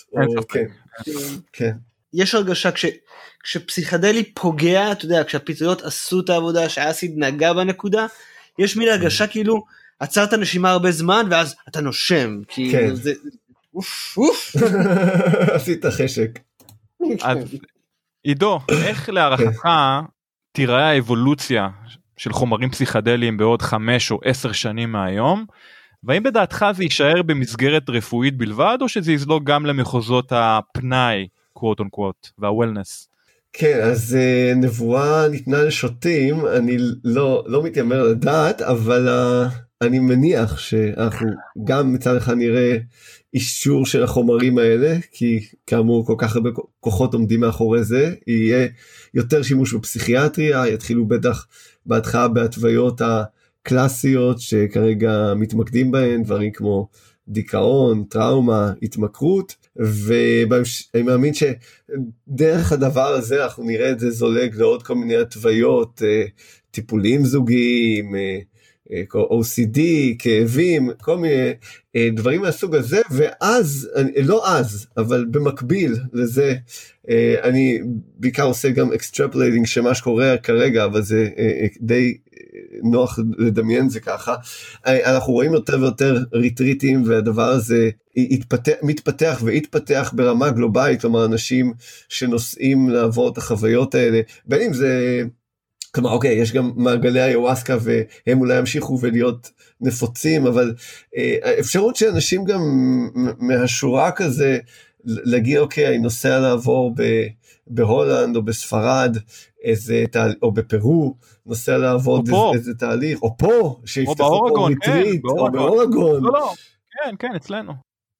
כן. יש הרגשה כשפסיכדלי פוגע, אתה יודע, כשהפטריות עשו את העבודה, שהאסיד נגע בנקודה, יש מין הרגשה כאילו, עצרת נשימה הרבה זמן, ואז אתה נושם. כן. זה... אוף. עשית חשק. אז עידו, איך להערכתך תיראה האבולוציה של חומרים פסיכדליים בעוד 5 או 10 שנים מהיום, והאם בדעתך זה יישאר במסגרת רפואית בלבד, או שזה יזלוג גם למחוזות הפנאי, quote on quote, והוולנס? כן, אז נבואה ניתנה לשוטים, אני לא מתיימר לדעת, אבל אני מניח שאנחנו גם מצד אחד נראה אישור של החומרים האלה, כי כאמור כל כך הרבה כוחות עומדים מאחורי זה, יהיה יותר שימוש בפסיכיאטריה, יתחילו בטח בהתחלה בהתוויות הקלאסיות שכרגע מתמקדים בהן, דברים כמו דיכאון, טראומה, התמכרות, ואני מאמין שדרך הדבר הזה אנחנו נראה את זה זולג לעוד כל מיני התוויות, טיפולים זוגיים, OCD, כאבים, כל מיני דברים מהסוג הזה, ואז, לא אז, אבל במקביל לזה, אני בעיקר עושה גם extrapolating שמה שקורה כרגע, אבל זה די נוח לדמיין זה ככה, אנחנו רואים יותר ויותר ריטריטים, והדבר הזה מתפתח והתפתח ברמה גלובלית, כלומר אנשים שנוסעים לעבור את החוויות האלה, בין אם זה... כלומר, אוקיי, יש גם מעגלי היוואסקה, והם אולי ימשיכו ולהיות נפוצים, אבל אפשרות שאנשים גם מהשורה כזה, להגיד, אוקיי, אני נוסע לעבור בהולנד, או בספרד, או בפרו, נוסע לעבוד איזה תהליך, או פה, שיפתחו פה ריטריט, או באורגון. לא, כן, אצלנו.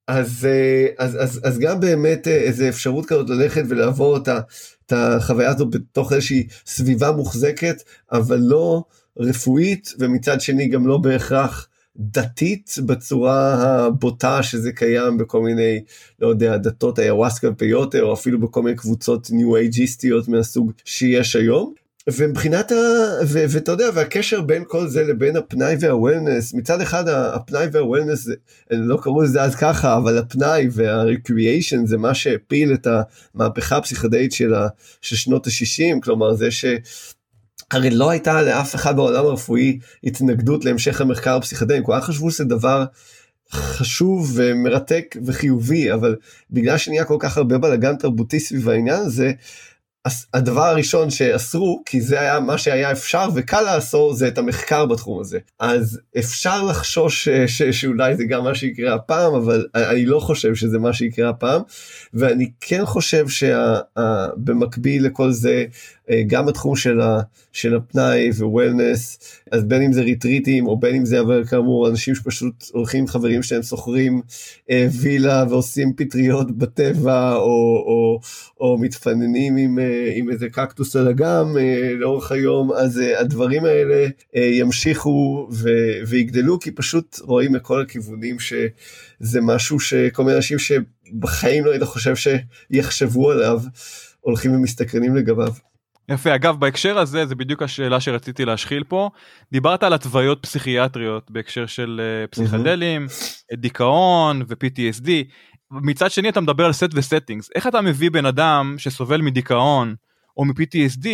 אז גם באמת איזו אפשרות כזאת ללכת ולעבור את החוויה הזו בתוך איזושהי סביבה מוחזקת, אבל לא רפואית, ומצד שני גם לא בהכרח דתית בצורה הבוטה שזה קיים בכל מיני, לא יודע, דתות היוואסקה ופיוטה, או אפילו בכל מיני קבוצות ניו אייג'יסטיות מהסוג שיש היום. ומבחינת ואתה יודע, והקשר בין כל זה לבין הפנאי והוולנס, מצד אחד הפנאי והוולנס, לא קראו לזה אז ככה, אבל הפנאי והריקריאשן זה מה שהפיל את המהפכה הפסיכדלית של שנות ה-60, כלומר זה הרי לא הייתה לאף אחד בעולם הרפואי התנגדות להמשך המחקר הפסיכדלי, כולם חשבו שזה דבר חשוב ומרתק וחיובי, אבל בגלל שנהיה כל כך הרבה בלגן תרבותי סביב העניין הזה, הדבר הראשון שאסרו, כי זה היה מה שהיה אפשר וקל לאסור, זה את המחקר בתחום הזה. אז אפשר לחשוש שאולי זה גם מה שיקרה הפעם, אבל אני לא חושב שזה מה שיקרה הפעם, ואני כן חושב שבמקביל לכל זה, גם התחום של הפנאי ווולנס, אז בין אם זה ריטריטים, או בין אם זה, אבל כאמור, אנשים שפשוט הולכים חברים שלהם, סוחרים וילה, ועושים פטריות בטבע, או מתפננים עם איזה קקטוס על אגם, לאורך היום, אז הדברים האלה ימשיכו ויגדלו, כי פשוט רואים מכל הכיוונים שזה משהו שכל מיני אנשים שבחיים לא היית חושב שיחשבו עליו, הולכים ומסתקרנים לגביו. יפה, אגב, בהקשר הזה, זה בדיוק השאלה שרציתי להשחיל פה, דיברת על התוויות פסיכיאטריות בהקשר של פסיכדלים, דיכאון ו-PTSD, מצד שני אתה מדבר על סט וסטינגס, איך אתה מביא בן אדם שסובל מדיכאון או מ-PTSD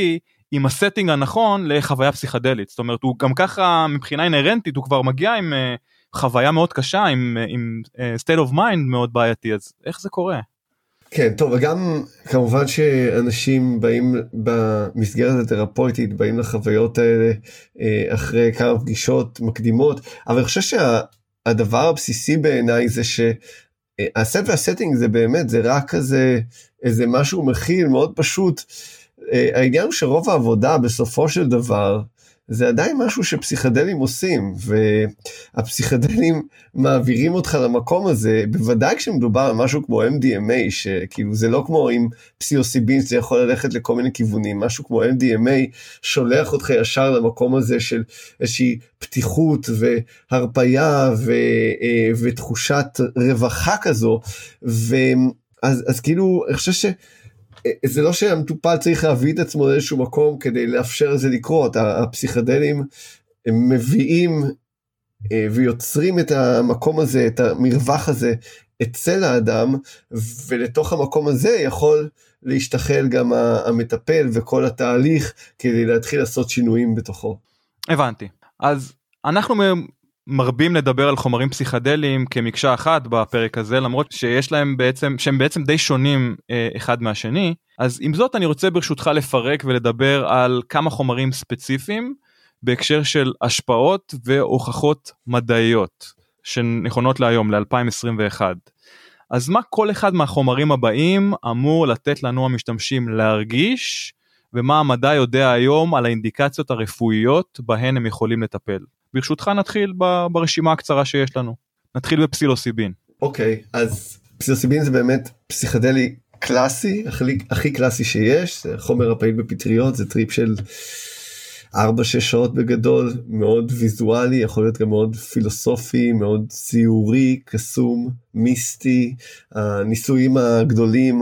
עם הסטינג הנכון לחוויה פסיכדלית, זאת אומרת, הוא גם ככה מבחינה אינרנטית, הוא כבר מגיע עם חוויה מאוד קשה, עם state of mind מאוד בעייתי, אז איך זה קורה? כן, טוב, וגם כמובן שאנשים באים במסגרת התרפויטית, באים לחוויות האלה אחרי כמה פגישות מקדימות, אבל אני חושב שהדבר הבסיסי בעיניי זה שהסט והסטינג זה באמת, זה רק איזה משהו מכיל מאוד פשוט. העניין הוא שרוב העבודה בסופו של דבר, זה עדיין משהו שפסיכדלים עושים, והפסיכדלים מעבירים אותך למקום הזה, בוודאי כשמדובר על משהו כמו MDMA, שכאילו זה לא כמו עם פסיוסיבין, זה יכול ללכת לכל מיני כיוונים, משהו כמו MDMA שולח אותך ישר למקום הזה של איזושהי פתיחות והרפיה ותחושת רווחה כזו, אז כאילו אני חושב זה לא שהמטופל צריך להביא את עצמו לאיזשהו מקום כדי לאפשר לזה לקרות, הפסיכדלים מביאים ויוצרים את המקום הזה, את המרווח הזה אצל האדם, ולתוך המקום הזה יכול להשתחל גם המטפל וכל התהליך כדי להתחיל לעשות שינויים בתוכו. הבנתי, אז אנחנו מרבים לדבר על חומרים פסיכדליים כמקשה אחת בפרק הזה, למרות שיש להם שהם בעצם די שונים אחד מהשני, אז עם זאת אני רוצה ברשותך לפרק ולדבר על כמה חומרים ספציפיים, בהקשר של השפעות והוכחות מדעיות, שנכונות להיום, ל-2021. אז מה כל אחד מהחומרים הבאים אמור לתת לנו המשתמשים להרגיש, ומה המדע יודע היום על האינדיקציות הרפואיות בהן הם יכולים לטפל? ברשותך נתחיל ברשימה הקצרה שיש לנו. נתחיל בפסילוסיבין. אוקיי, אז פסילוסיבין זה באמת פסיכדלי קלאסי, הכי קלאסי שיש, זה חומר הפעיל בפטריות, זה טריפ של 4-6 שעות בגדול, מאוד ויזואלי, יכול להיות גם מאוד פילוסופי, מאוד ציורי, קסום, מיסטי, הניסויים הגדולים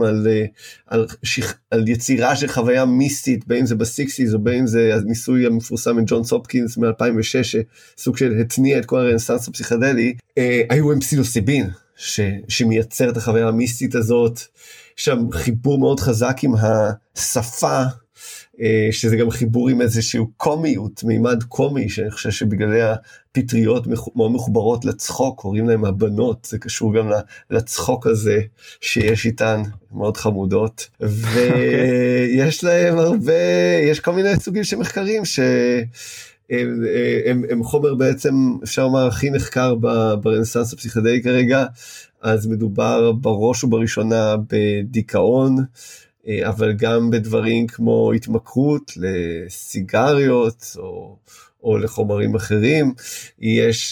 על יצירה של חוויה מיסטית, בין זה ב-60s או בין זה הניסוי המפורסם עם ג'ון הופקינס מ-2006, סוג של התניע את כל הרנסנס הפסיכדלי, היו עם פסילוסיבין, שמייצר את החוויה המיסטית הזאת, שם חיבור מאוד חזק עם השפה, שזה גם חיבור עם איזשהו קומיות, מימד קומי, שאני חושב שבגלל הפטריות מאוד מחוברות לצחוק, קוראים להם הבנות, זה קשור גם לצחוק הזה שיש איתן, מאוד חמודות, ויש להם הרבה, יש כל מיני סוגים של מחקרים הם חומר בעצם, אפשר לומר, הכי נחקר ברנסנס הפסיכדלי כרגע, אז מדובר בראש ובראשונה בדיכאון, אבל גם בדברים כמו התמכרות לסיגריות או לחומרים אחרים, יש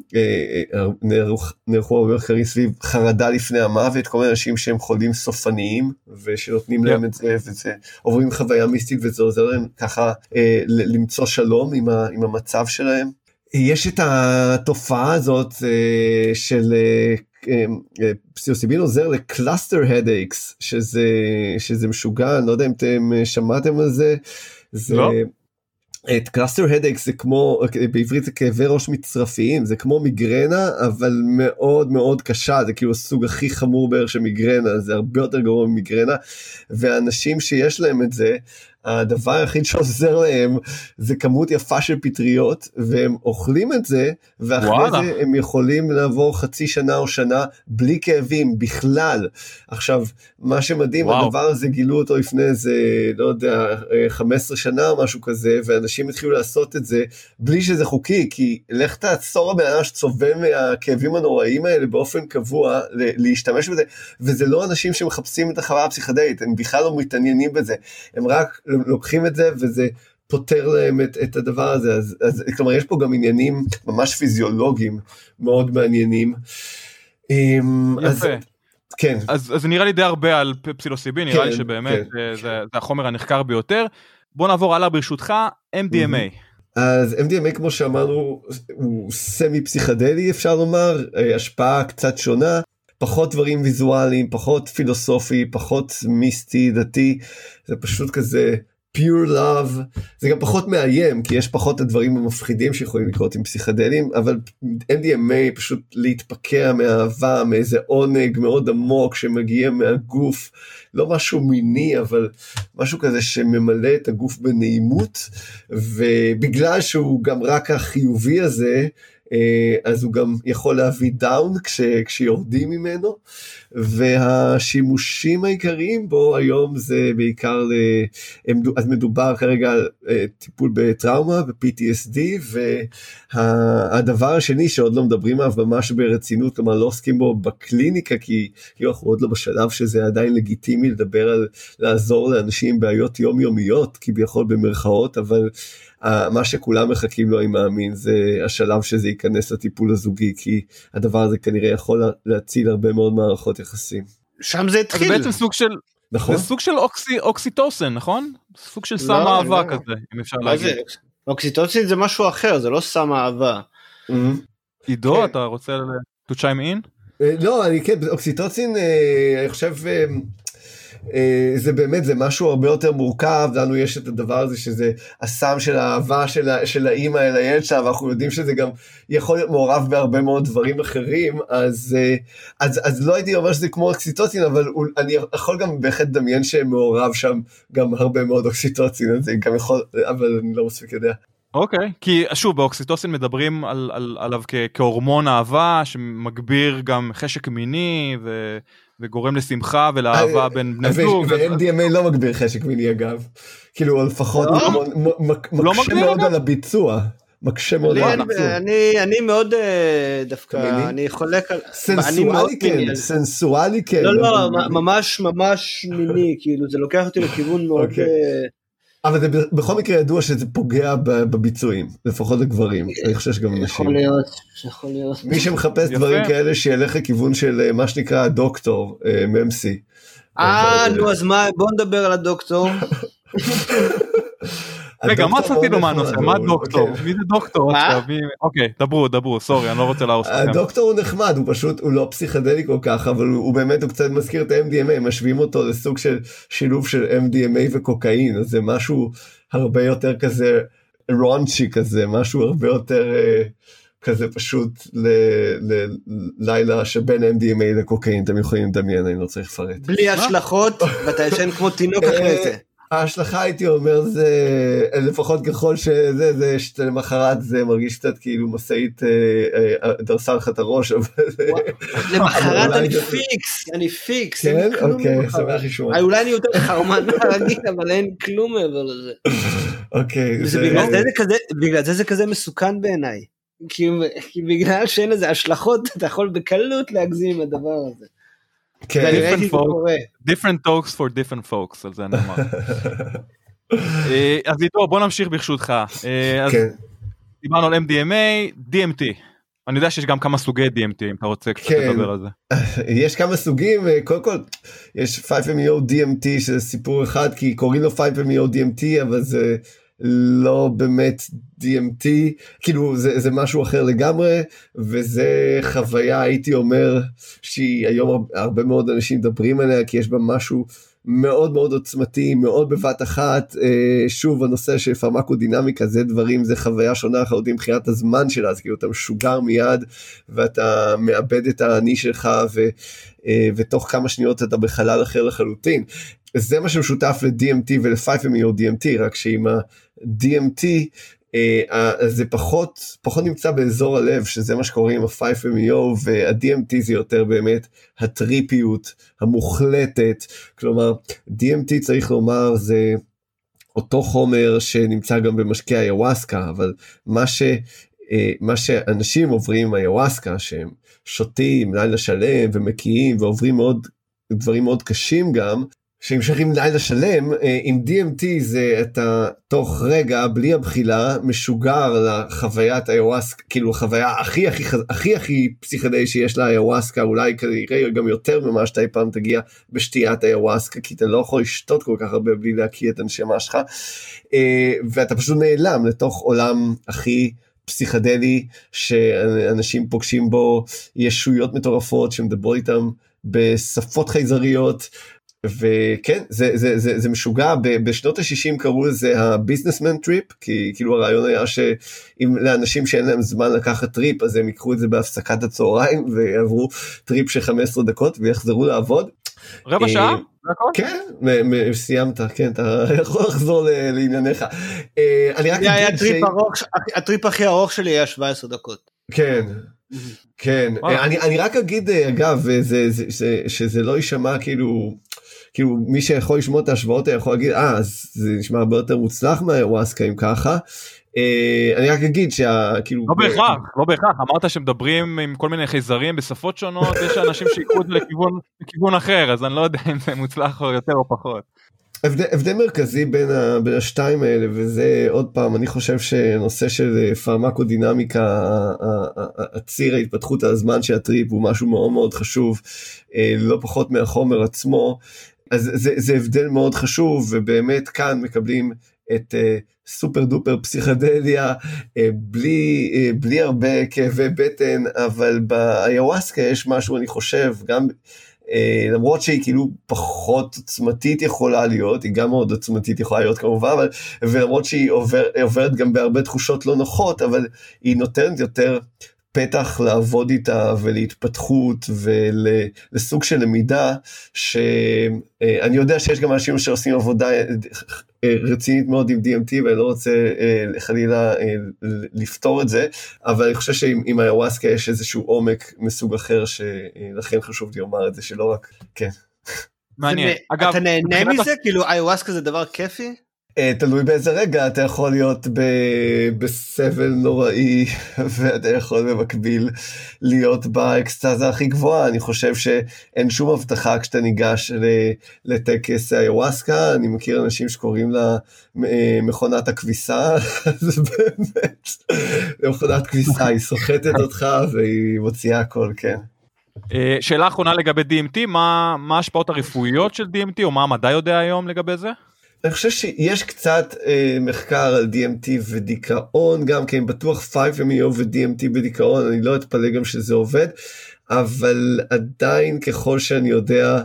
נערכו הרבה מחקרים סביב חרדה לפני המוות, כל מיני אנשים שהם חולים סופניים, ושנותנים להם את זה, וזה עוברים חוויה מיסטית, וזה עוזר להם ככה למצוא שלום עם המצב שלהם. יש את התופעה הזאת של פסילוסיבין עוזר לקלאסטר הדאקס, שזה משוגע, אני לא יודע אם אתם שמעתם על זה, לא. את קלאסטר הדאקס זה כמו, בעברית זה כאבי ראש מצרפיים, זה כמו מיגרנה, אבל מאוד מאוד קשה, זה כאילו הסוג הכי חמור בערך של מיגרנה, זה הרבה יותר גרוע ממיגרנה, ואנשים שיש להם את זה, הדבר היחיד שעוזר להם זה כמות יפה של פטריות, והם אוכלים את זה, ואחרי זה הם יכולים לעבור חצי שנה או שנה בלי כאבים בכלל. עכשיו, מה שמדהים, הדבר הזה גילו אותו לפני איזה, לא יודע, 15 שנה או משהו כזה, ואנשים התחילו לעשות את זה בלי שזה חוקי, כי לך תעצור הבן אדם שצובע מהכאבים הנוראים האלה באופן קבוע, להשתמש בזה, וזה לא אנשים שמחפשים את החוויה הפסיכדלית, הם בכלל לא מתעניינים בזה, הם רק לוקחים את זה, וזה פותר להם את הדבר הזה, אז כלומר, יש פה גם עניינים ממש פיזיולוגיים, מאוד מעניינים. יפה. כן. אז נראה לי די הרבה על פסילוסיבין, נראה לי שבאמת זה החומר הנחקר ביותר. בוא נעבור הלאה ברשותך, MDMA. אז MDMA, כמו שאמרנו, הוא סמי פסיכדלי, אפשר לומר, השפעה קצת שונה, פחות דברים ויזואליים, פחות פילוסופי, פחות מיסטי, דתי, זה פשוט כזה pure love, זה גם פחות מאיים, כי יש פחות הדברים המפחידים שיכולים לקרות עם פסיכדלים, אבל MDMA פשוט להתפקע מאהבה, מאיזה עונג מאוד עמוק שמגיע מהגוף, לא משהו מיני, אבל משהו כזה שממלא את הגוף בנעימות, ובגלל שהוא גם רק החיובי הזה, אז הוא גם יכול להביא דאון כשיורדים ממנו, והשימושים העיקריים בו היום זה בעיקר, אז מדובר כרגע על טיפול בטראומה, ב-PTSD, והדבר השני שעוד לא מדברים עליו ממש ברצינות, כלומר לא עוסקים בו בקליניקה, כי אנחנו עוד לא בשלב שזה עדיין לגיטימי לדבר על לעזור לאנשים עם בעיות יומיומיות, כביכול במרכאות, אבל מה שכולם מחכים לו, אני מאמין, זה השלב שזה ייכנס לטיפול הזוגי, כי הדבר הזה כנראה יכול להציל הרבה מאוד מערכות יחסים. שם זה התחיל. זה בעצם סוג של, נכון? זה סוג של אוקסיטוסן, נכון? סוג של סם אהבה כזה, אם אפשר להגיד. אוקסיטוסין זה משהו אחר, זה לא סם אהבה. עידו, אתה רוצה to chime in? לא, אני כן, אוקסיטוסין, אני חושב, זה באמת, זה משהו הרבה יותר מורכב, לנו יש את הדבר הזה שזה הסם של האהבה של האמא אל הילד שלה, ואנחנו יודעים שזה גם יכול להיות מעורב בהרבה מאוד דברים אחרים, אז לא הייתי אומר שזה כמו אוקסיטוצין, אבל אני יכול גם בהחלט דמיין שמעורב שם גם הרבה מאוד אוקסיטוצין, אז זה גם יכול, אבל אני לא מספיק יודע. אוקיי, כי שוב, באוקסיטוסין מדברים עליו כהורמון אהבה, שמגביר גם חשק מיני, וגורם לשמחה ולאהבה בין בני זוג. ו-MDMA לא מגביר חשק מיני אגב, כאילו לפחות מקשה מאוד על הביצוע. מקשה מאוד על הביצוע. אני מאוד דווקא, אני חולק על... סנסואלי כן, סנסואלי כן. לא, ממש מיני, כאילו זה לוקח אותי לכיוון מאוד... אבל זה בכל מקרה ידוע שזה פוגע בביצועים, לפחות לגברים, אני חושב שגם נשים. יכול להיות. מי שמחפש דברים כאלה שילך לכיוון של מה שנקרא הדוקטור, ממסי. נו אז מה, בוא נדבר על הדוקטור. רגע, מה עשינו מהנושא? מה דוקטור? מי זה דוקטור? אוקיי, דברו, סורי, אני לא רוצה להרוס לכם. הדוקטור הוא נחמד, הוא פשוט, הוא לא פסיכדלי כל כך, אבל הוא באמת, הוא קצת מזכיר את ה-MDMA, משווים אותו לסוג של שילוב של MDMA וקוקאין, אז זה משהו הרבה יותר כזה רונצ'י כזה, משהו הרבה יותר כזה פשוט ללילה שבין MDMA לקוקאין, אתם יכולים לדמיין, אני לא צריך לפרט. בלי השלכות, ואתה ישן כמו תינוק אחרי זה. ההשלכה הייתי אומר זה לפחות ככל שזה למחרת זה מרגיש קצת כאילו מסעית דרסה לך את הראש. למחרת אני פיקס. כן? אוקיי, שמח לשמוע. אולי אני יותר חרמן רגיל אבל אין כלום מעבר לזה. אוקיי. בגלל זה כזה מסוכן בעיניי. כי בגלל שאין איזה השלכות אתה יכול בקלות להגזים עם הדבר הזה. different talks for different folks, על זה אני אומר. אז איתו, בוא נמשיך ברשותך. דיברנו על MDMA, DMT. אני יודע שיש גם כמה סוגי DMT, אם אתה רוצה קצת לדבר על זה. יש כמה סוגים, קודם כל, יש 5-MeO DMT, שזה סיפור אחד, כי קוראים לו 5-MeO DMT, אבל זה לא באמת DMT, כאילו זה משהו אחר לגמרי, וזה חוויה, הייתי אומר, שהיום הרבה מאוד אנשים מדברים עליה, כי יש בה משהו מאוד מאוד עוצמתי, מאוד בבת אחת, שוב הנושא של פרמקודינמיקה, זה דברים, זה חוויה שונה, אנחנו יודעים מבחינת הזמן שלה, אז כאילו אתה משוגר מיד, ואתה מאבד את העני שלך, ותוך כמה שניות אתה בחלל אחר לחלוטין, זה מה שמשותף ל-DMT ול-5-MeO DMT, רק שעם ה-DMT זה פחות נמצא באזור הלב, שזה מה שקורה עם ה-5-MeO, וה-DMT זה יותר באמת הטריפיות המוחלטת, כלומר DMT צריך לומר זה אותו חומר שנמצא גם במשקי היוואסקה, אבל מה שאנשים עוברים עם היוואסקה, שהם שותים לילה שלם ומקיאים ועוברים דברים מאוד קשים גם, שהמשכים לילה שלם, עם DMT זה אתה תוך רגע, בלי הבחילה, משוגר לחוויית היוואסקה, כאילו החוויה הכי פסיכדלי שיש לה היוואסקה, אולי כנראה גם יותר ממה שאתה אי פעם תגיע בשתיית היוואסקה, כי אתה לא יכול לשתות כל כך הרבה בלי להקיא את הנשמה שלך, ואתה פשוט נעלם לתוך עולם הכי פסיכדלי, שאנשים פוגשים בו ישויות מטורפות, שמדברות איתם בשפות חייזריות, וכן, זה משוגע, בשנות ה-60 קראו לזה ה-businessman trip, כי כאילו הרעיון היה שאם לאנשים שאין להם זמן לקחת טריפ, אז הם יקחו את זה בהפסקת הצהריים, ויעברו טריפ של 15 דקות, ויחזרו לעבוד. רבע שעה? כן, סיימת, כן, אתה יכול לחזור לענייניך. אני רק אגיד הטריפ הכי ארוך שלי היה 17 דקות. כן, כן, אני רק אגיד אגב, שזה לא יישמע כאילו מי שיכול לשמוע את ההשוואות יכול להגיד, אז זה נשמע הרבה יותר מוצלח מהאיוואסקה אם ככה. אני רק אגיד לא בהכרח, אמרת שמדברים עם כל מיני חייזרים בשפות שונות, יש אנשים שיקחו את זה לכיוון אחר, אז אני לא יודע אם זה מוצלח יותר או פחות. הבדל מרכזי בין השתיים האלה, וזה עוד פעם, אני חושב שנושא של פרמקודינמיקה, הציר ההתפתחות על הזמן של הטריפ הוא משהו מאוד מאוד חשוב, לא פחות מהחומר עצמו, אז זה הבדל מאוד חשוב, ובאמת כאן מקבלים את סופר דופר פסיכדליה, בלי הרבה כאבי בטן, אבל באיוואסקה יש משהו, אני חושב, גם למרות שהיא כאילו פחות עוצמתית יכולה להיות, היא גם מאוד עוצמתית יכולה להיות כמובן, ולמרות שהיא עוברת גם בהרבה תחושות לא נוחות, אבל היא נותנת יותר פתח לעבוד איתה ולהתפתחות ולסוג של למידה, שאני יודע שיש גם אנשים שעושים עבודה רצינית מאוד עם DMT, ואני לא רוצה חלילה לפתור את זה, אבל אני חושב שעם האיוואסקה יש איזשהו עומק מסוג אחר, שלכן חשוב לי לומר את זה, שלא רק, כן. מעניין. אתה נהנה מזה? כאילו איוואסקה זה דבר כיפי? תלוי באיזה רגע, אתה יכול להיות בסבל נוראי, ואתה יכול במקביל להיות באקסטאזה הכי גבוהה. אני חושב שאין שום הבטחה כשאתה ניגש לטקס האיוואסקה, אני מכיר אנשים שקוראים לה מכונת הכביסה, זה באמת, מכונת כביסה, היא סוחטת אותך והיא מוציאה הכל, כן. שאלה אחרונה לגבי DMT, מה ההשפעות הרפואיות של DMT, או מה המדע יודע היום לגבי זה? אני חושב שיש קצת מחקר על DMT ודיכאון, גם כן בטוח 5-MeO ו-DMT בדיכאון, אני לא אתפלא גם שזה עובד, אבל עדיין ככל שאני יודע,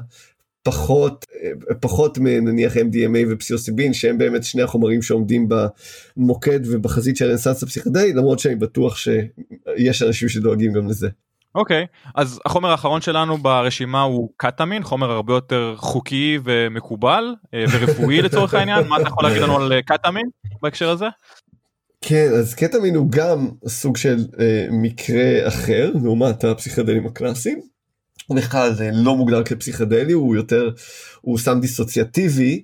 פחות מנניח MDMA ופסיוסיבין, שהם באמת שני החומרים שעומדים במוקד ובחזית של הרנסנס הפסיכדלי, למרות שאני בטוח שיש אנשים שדואגים גם לזה. אוקיי, אז החומר האחרון שלנו ברשימה הוא קטמין, חומר הרבה יותר חוקי ומקובל ורפואי לצורך העניין. מה אתה יכול להגיד לנו על קטמין בהקשר הזה? כן, אז קטמין הוא גם סוג של מקרה אחר, לעומת הפסיכדלים הקלאסיים. הוא בכלל לא מוגדר כפסיכדלי, הוא סם דיסוציאטיבי,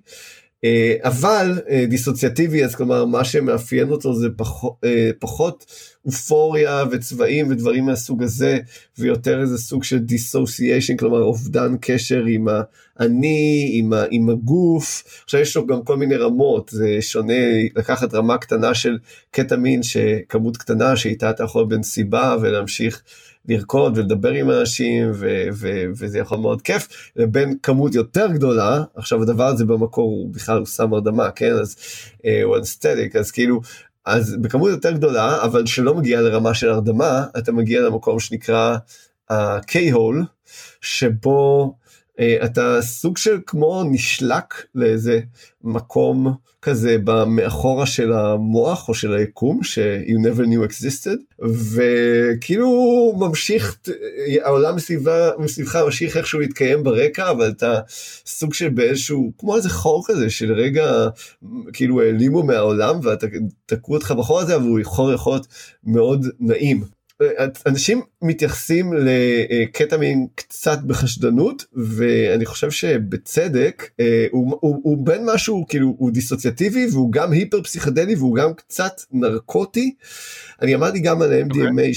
אבל דיסוציאטיבי, אז כלומר מה שמאפיין אותו זה פחות אופוריה וצבעים ודברים מהסוג הזה, ויותר איזה סוג של דיסוסיישן, כלומר אובדן קשר עם האני, עם הגוף. עכשיו יש לו גם כל מיני רמות, זה שונה לקחת רמה קטנה של קטמין, שכמות קטנה שאיתה אתה יכול בנסיבה ולהמשיך לרקוד ולדבר עם אנשים, וזה יכול מאוד כיף, לבין כמות יותר גדולה. עכשיו הדבר הזה במקור הוא בכלל הוא סם הרדמה, כן, אז הוא אנסתטיק, אז כאילו, אז בכמות יותר גדולה, אבל שלא מגיע לרמה של הרדמה, אתה מגיע למקום שנקרא K-hole, שבו אתה סוג של כמו נשלק לאיזה מקום כזה במאחורה של המוח או של היקום, ש-you never knew existed, וכאילו ממשיך, העולם מסביבך ממשיך איכשהו להתקיים ברקע, אבל אתה סוג של באיזשהו, כמו איזה חור כזה, של רגע כאילו העלימו מהעולם, ואתה תקעו אותך בחור הזה, אבל הוא יכול להיות מאוד נעים. אנשים מתייחסים לקטמין קצת בחשדנות, ואני חושב שבצדק, הוא בין משהו, כאילו הוא דיסוציאטיבי, והוא גם היפר פסיכדלי, והוא גם קצת נרקוטי. אני אמרתי גם על ה-MDMA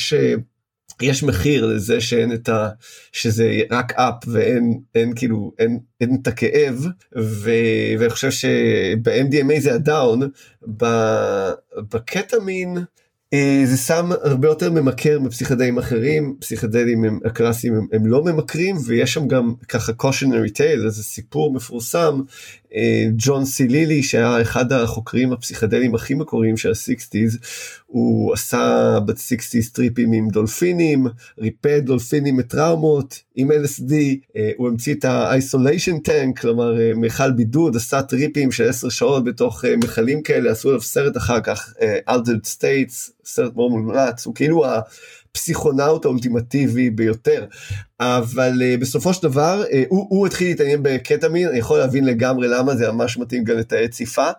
שיש מחיר לזה שזה רק אפ, ואין כאילו, אין את הכאב, ואני חושב שב-MDMA זה הדאון, בקטמין, זה סם הרבה יותר ממכר מפסיכדלים אחרים, פסיכדלים הקלאסיים הם לא ממכרים, ויש שם גם ככה cautionary tale, איזה סיפור מפורסם, ג'ון סי לילי, שהיה אחד החוקרים הפסיכדליים הכי מקוריים של ה-60s, הוא עשה ב-60s טריפים עם דולפינים, ריפא דולפינים מטראומות, עם LSD, הוא המציא את ה-isolation tank, כלומר מיכל בידוד, עשה טריפים של 10 שעות בתוך מחלים כאלה, עשו עליו סרט אחר כך, Altered States, סרט מאוד מומלץ, הוא כאילו הפסיכונאוט האולטימטיבי ביותר, אבל בסופו של דבר, הוא התחיל להתעניין בקטמין, אני יכול להבין לגמרי למה, זה ממש מתאים גם לתאי ציפה,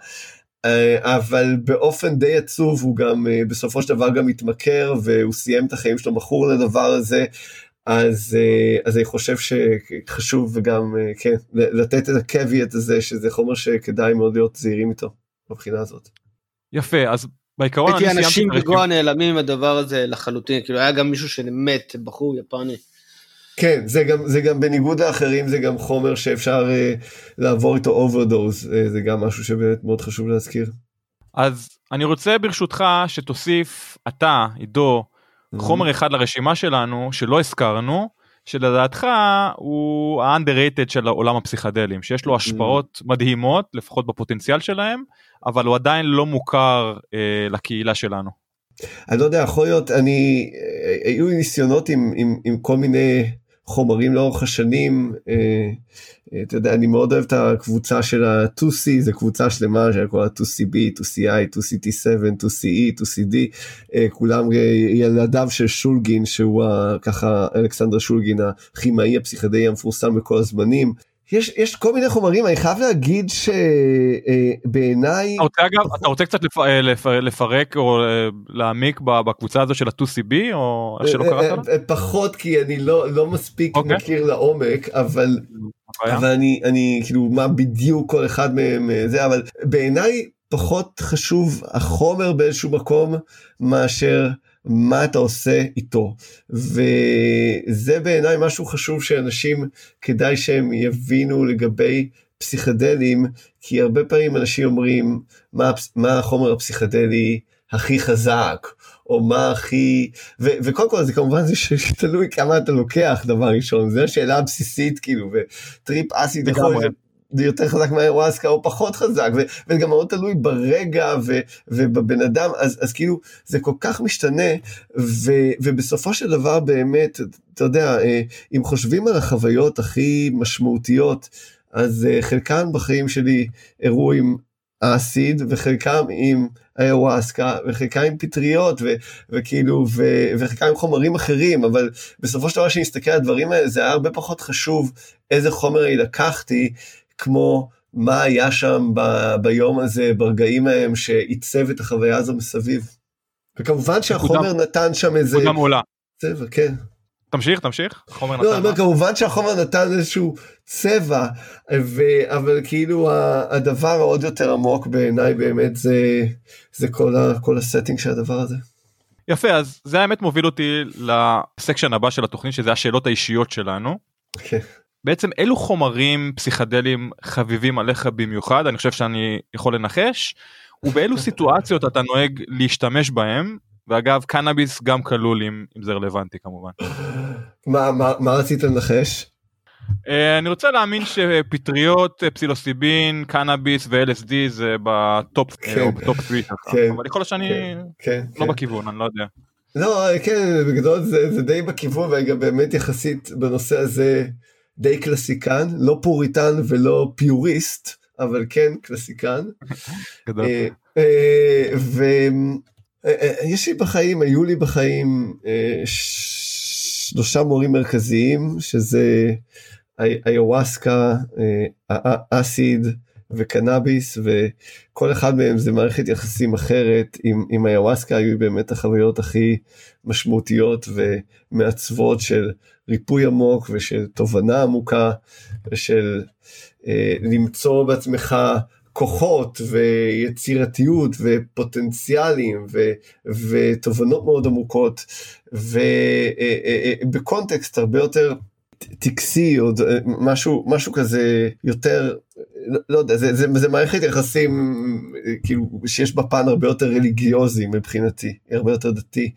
אבל באופן די עצוב, הוא גם בסופו של דבר גם התמכר, והוא סיים את החיים שלו מכור לדבר הזה, אז אני חושב שחשוב וגם, כן, לתת את הקוויאט הזה, שזה חומר שכדאי מאוד להיות זהירים איתו, מבחינה הזאת. יפה, אז בעיקרון הייתי אנשים בגוע נעלמים עם הדבר הזה לחלוטין, כאילו היה גם מישהו שמת, בחור יפני. כן, זה גם בניגוד לאחרים, זה גם חומר שאפשר לעבור איתו אוברדוז, זה גם משהו שבאמת מאוד חשוב להזכיר. אז אני רוצה ברשותך שתוסיף אתה, עידו, חומר אחד לרשימה שלנו, שלא הזכרנו, שלדעתך הוא ה-underrated של העולם הפסיכדלים, שיש לו השפעות מדהימות, לפחות בפוטנציאל שלהם, אבל הוא עדיין לא מוכר לקהילה שלנו. אני לא יודע, יכול להיות, היו ניסיונות עם כל מיני חומרים לאורך השנים, אתה יודע, אני מאוד אוהב את הקבוצה של ה-2C, זו קבוצה שלמה של כל ה-2CB, 2CI, 2CT7, 2CE, 2CD, כולם ילדיו של שולגין, שהוא ככה אלכסנדר שולגין, הכימאי הפסיכדלי המפורסם בכל הזמנים, יש כל מיני חומרים, אני חייב להגיד שבעיניי... אתה רוצה קצת לפרק או להעמיק בקבוצה הזו של ה-2CB, או איך שלא קראת לה? פחות, כי אני לא מספיק מכיר לעומק, אבל אני כאילו מה בדיוק כל אחד מהם זה, אבל בעיניי פחות חשוב החומר באיזשהו מקום, מאשר מה אתה עושה איתו, וזה בעיניי משהו חשוב שאנשים כדאי שהם יבינו לגבי פסיכדלים, כי הרבה פעמים אנשים אומרים מה החומר הפסיכדלי הכי חזק, או מה הכי, וקודם כל זה כמובן זה שתלוי כמה אתה לוקח דבר ראשון, זו השאלה הבסיסית כאילו, וטריפ אסיד יכול זה יותר חזק מהאיוואסקה או פחות חזק, וגם מאוד תלוי ברגע ובבן אדם, אז כאילו זה כל כך משתנה, ובסופו של דבר באמת, אתה יודע, אם חושבים על החוויות הכי משמעותיות, אז חלקן בחיים שלי אירעו עם האסיד, וחלקם עם האיוואסקה, וחלקם עם פטריות, וכאילו, וחלקם עם חומרים אחרים, אבל בסופו של דבר שנסתכל על הדברים האלה, זה היה הרבה פחות חשוב איזה חומר לקחתי, כמו מה היה שם ביום הזה, ברגעים ההם שעיצב את החוויה הזו מסביב. וכמובן שהחומר נתן שם איזה... נקודה מעולה. צבע, כן. תמשיך. החומר נתן... לא, כמובן שהחומר נתן איזשהו צבע, אבל כאילו הדבר העוד יותר עמוק בעיניי באמת זה כל הסטינג של הדבר הזה. יפה, אז זה האמת מוביל אותי לסקשן הבא של התוכנית, שזה השאלות האישיות שלנו. כן. בעצם אילו חומרים פסיכדליים חביבים עליך במיוחד, אני חושב שאני יכול לנחש, ובאילו סיטואציות אתה נוהג להשתמש בהם, ואגב קנאביס גם כלול אם זה רלוונטי כמובן. מה רצית לנחש? אני רוצה להאמין שפטריות, פסילוסיבין, קנאביס ו-LSD זה בטופ 3, אבל יכול להיות שאני לא בכיוון, אני לא יודע. לא, כן, בגדול זה די בכיוון, וגם באמת יחסית בנושא הזה די קלסיקן, לא פוריטן ולא פיוריסט, אבל כן קלסיקן. גדול. היו לי בחיים 3 מורים מרכזיים, שזה איוואסקה, אסיד וקנאביס, וכל אחד מהם זה מערכת יחסים אחרת. עם איוואסקה היו באמת החוויות הכי משמעותיות ומעצבות של ריפוי עמוק ושל תובנה עמוקה, ושל למצוא בעצמך כוחות ויצירתיות ופוטנציאלים ותובנות מאוד עמוקות, ובקונטקסט הרבה יותר טקסי, או משהו כזה יותר, לא יודע, זה מערכת יחסים כאילו שיש בה פן הרבה יותר רליגיוזי מבחינתי, הרבה יותר דתי.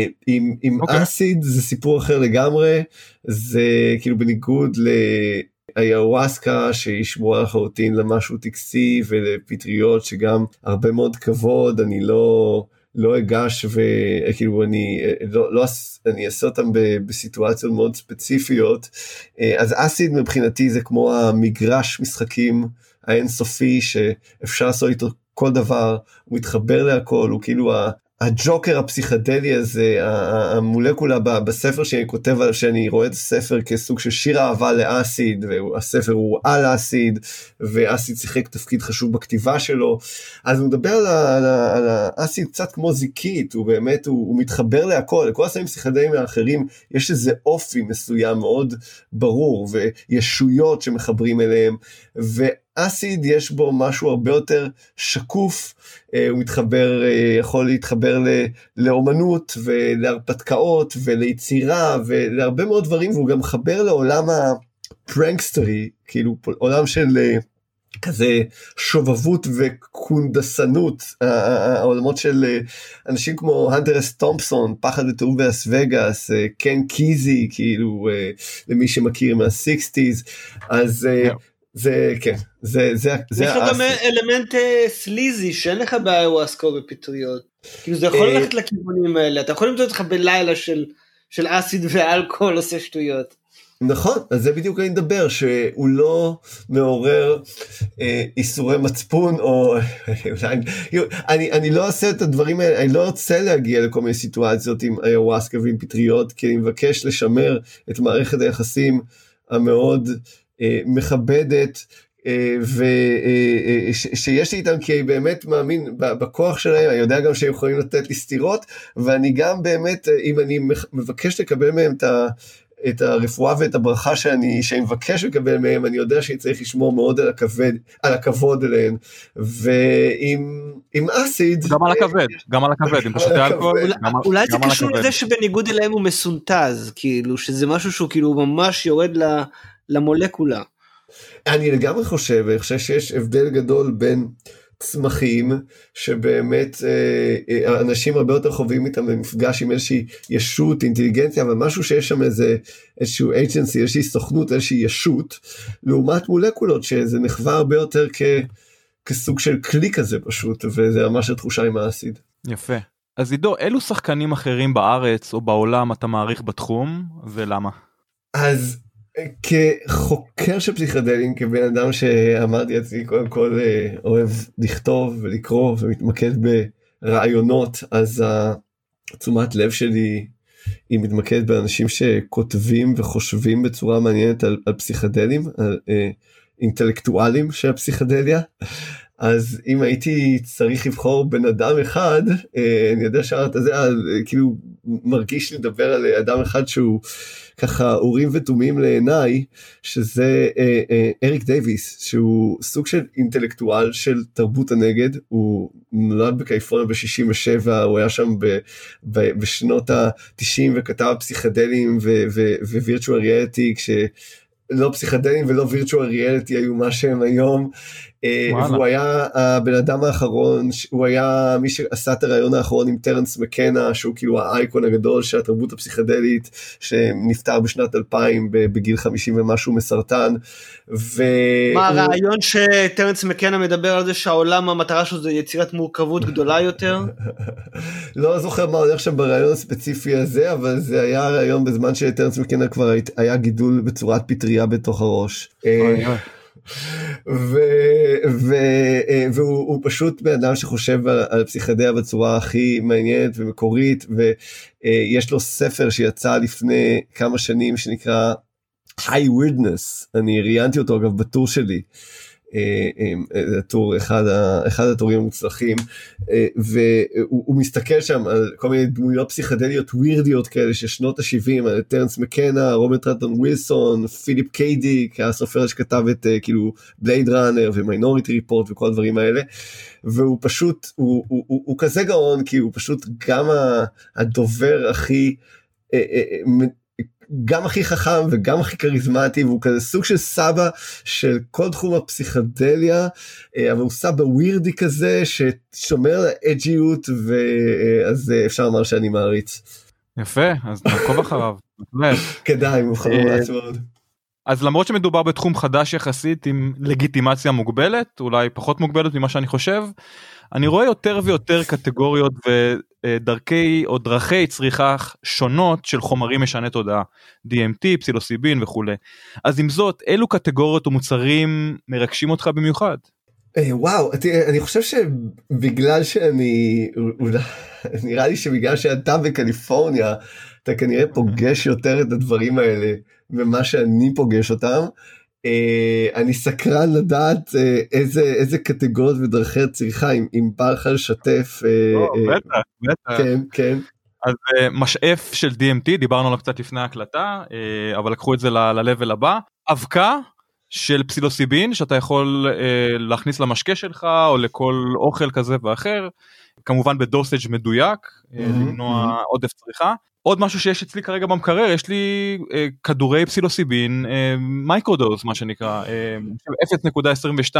עם אסיד זה סיפור אחר לגמרי, זה כאילו בניגוד איוואסקה שהיא שמורה לחלוטין למשהו טקסי ולפטריות שגם הרבה מאוד כבוד, אני לא אגש וכאילו אני אעשה אותם בסיטואציות מאוד ספציפיות. אז אסיד מבחינתי זה כמו המגרש משחקים האינסופי שאפשר לעשות איתו כל דבר, הוא מתחבר להכל, הוא כאילו הג'וקר הפסיכדלי הזה, המולקולה בספר שאני כותב עליו, שאני רואה את הספר כסוג של שיר אהבה לאסיד, והספר הוא על אסיד, ואסיד שיחק תפקיד חשוב בכתיבה שלו, אז הוא מדבר על האסיד קצת כמו זיקית, הוא באמת, הוא מתחבר להכל, לכל הסמים פסיכדליים האחרים, יש איזה אופי מסוים מאוד ברור, וישויות שמחברים אליהם, אסיד יש בו משהו הרבה יותר שקוף, הוא מתחבר, יכול להתחבר לאומנות ולהרפתקאות וליצירה ולהרבה מאוד דברים, והוא גם מחבר לעולם הפרנקסטרי, כאילו עולם של כזה שובבות וקונדסנות, העולמות של אנשים כמו הנטר אס תומפסון, פחד וטירוף באס וגאס, קן קיזי, כאילו למי שמכיר מה-60s, אז זה, כן, זה יש לו גם אלמנט סליזי, שאין לך באיוואסקה בפטריות, כאילו זה יכול ללכת לכיוונים האלה, אתה יכול למצוא אותך בלילה של אסיד ואלכוהול עושה שטויות. נכון, אז זה בדיוק אני מדבר, שהוא לא מעורר איסורי מצפון, או אני לא עושה את הדברים האלה, אני לא רוצה להגיע לכל מיני סיטואציות עם איוואסקה ועם פטריות, כי אני מבקש לשמר את מערכת היחסים המאוד מכבדת, ושיש לי איתם, כי באמת מאמין בכוח שלהם, אני יודע גם שהם יכולים לתת לי סתירות, ואני גם באמת, אם אני מבקש לקבל מהם את הרפואה ואת הברכה שאני מבקש לקבל מהם, אני יודע שאני צריך לשמור מאוד על הכבוד אליהם, ועם אסיד... גם על הכבד, אם פשוט אלכוהול... אולי זה קשור לזה שבניגוד אליהם הוא מסונטז, כאילו, שזה משהו שהוא כאילו ממש יורד למולקולה. אני לגמרי חושב, אני חושב שיש הבדל גדול בין צמחים, שבאמת אנשים הרבה יותר חווים איתם במפגש עם איזושהי ישות, אינטליגנציה, אבל משהו שיש שם איזשהו agency, איזושהי סוכנות, איזושהי ישות, לעומת מולקולות, שזה נחווה הרבה יותר כסוג של כלי כזה פשוט, וזה ממש התחושה עם האסיד. יפה. אז עידו, אילו שחקנים אחרים בארץ או בעולם אתה מעריך בתחום, ולמה? אז כחוקר של פסיכדלים, כבן אדם שאמרתי עצמי קודם כל אוהב לכתוב ולקרוא ומתמקד ברעיונות, אז תשומת לב שלי היא מתמקד באנשים שכותבים וחושבים בצורה מעניינת על פסיכדלים, על אינטלקטואלים של הפסיכדליה. אז אם הייתי צריך לבחור בן אדם אחד, אני יודע שאתה זה, כאילו מרגיש לדבר על אדם אחד שהוא ככה אורים ותומים לעיניי, שזה אריק דייביס, שהוא סוג של אינטלקטואל של תרבות הנגד, הוא נולד בקליפורניה ב-67, הוא היה שם בשנות ה-90 וכתב פסיכדלים ווירטואל ריאליטי, לא פסיכדלים ולא וירטואל ריאליטי היו מה שהם היום, והוא היה הבן אדם האחרון, הוא היה מי שעשה את הרעיון האחרון עם טרנס מקנה, שהוא כאילו האייקון הגדול של התרבות הפסיכדלית, שנפטר בשנת 2000 בגיל 50 ומשהו מסרטן. מה הרעיון שטרנס מקנה מדבר על זה שהעולם המטרה שלו זה יצירת מורכבות גדולה יותר? לא זוכר מה הולך שם ברעיון הספציפי הזה, אבל זה היה רעיון בזמן שטרנס מקנה כבר היה גידול בצורת פטריה בתוך הראש. והוא פשוט בן אדם שחושב על פסיכדליה בצורה הכי מעניינת ומקורית, ויש לו ספר שיצא לפני כמה שנים שנקרא High Weirdness, אני ראיינתי אותו אגב בטור שלי, טור, אחד הטורים המוצלחים, והוא מסתכל שם על כל מיני דמויות פסיכדליות ווירדיות כאלה של שנות ה-70, על טרנס מקנה, רוברט רטון ווילסון, פיליפ קיי דיק, הסופר שכתב את כאילו בלייד ראנר ומיינוריטי ריפורט וכל הדברים האלה, והוא פשוט, הוא כזה גאון, כי הוא פשוט גם הדובר הכי גם הכי חכם וגם הכי קריזמטי, והוא כזה סוג של סבא של כל תחום הפסיכדליה, אבל הוא סבא ווירדי כזה ששומר על האג'יות, ואז אפשר לומר שאני מעריץ. יפה, אז נעקוב אחריו. כדאי, הוא חלום לעצמו מאוד. אז למרות שמדובר בתחום חדש יחסית עם לגיטימציה מוגבלת, אולי פחות מוגבלת ממה שאני חושב, אני רואה יותר ויותר קטגוריות ודרכי או דרכי צריכה שונות של חומרים משני תודעה, DMT, פסילוסיבין וכו'. אז עם זאת, אילו קטגוריות או מוצרים מרגשים אותך במיוחד? וואו, אני חושב שבגלל נראה לי שבגלל שאתה בקליפורניה, אתה כנראה פוגש יותר את הדברים האלה, ממה שאני פוגש אותם, אני סקרן לדעת איזה קטגוריות ודרכי צריכה, אם בא לך לשתף. בטח. כן. אז משאף של DMT, דיברנו עליו קצת לפני ההקלטה, אבל לקחו את זה ל-level הבא, אבקה של פסילוסיבין, שאתה יכול להכניס למשקה שלך, או לכל אוכל כזה ואחר, כמובן בדוסאג' מדויק, למנוע עודף צריכה. עוד משהו שיש אצלי כרגע במקרר, יש לי כדורי פסילוסיבין, מייקרודוז, מה שנקרא, 0.22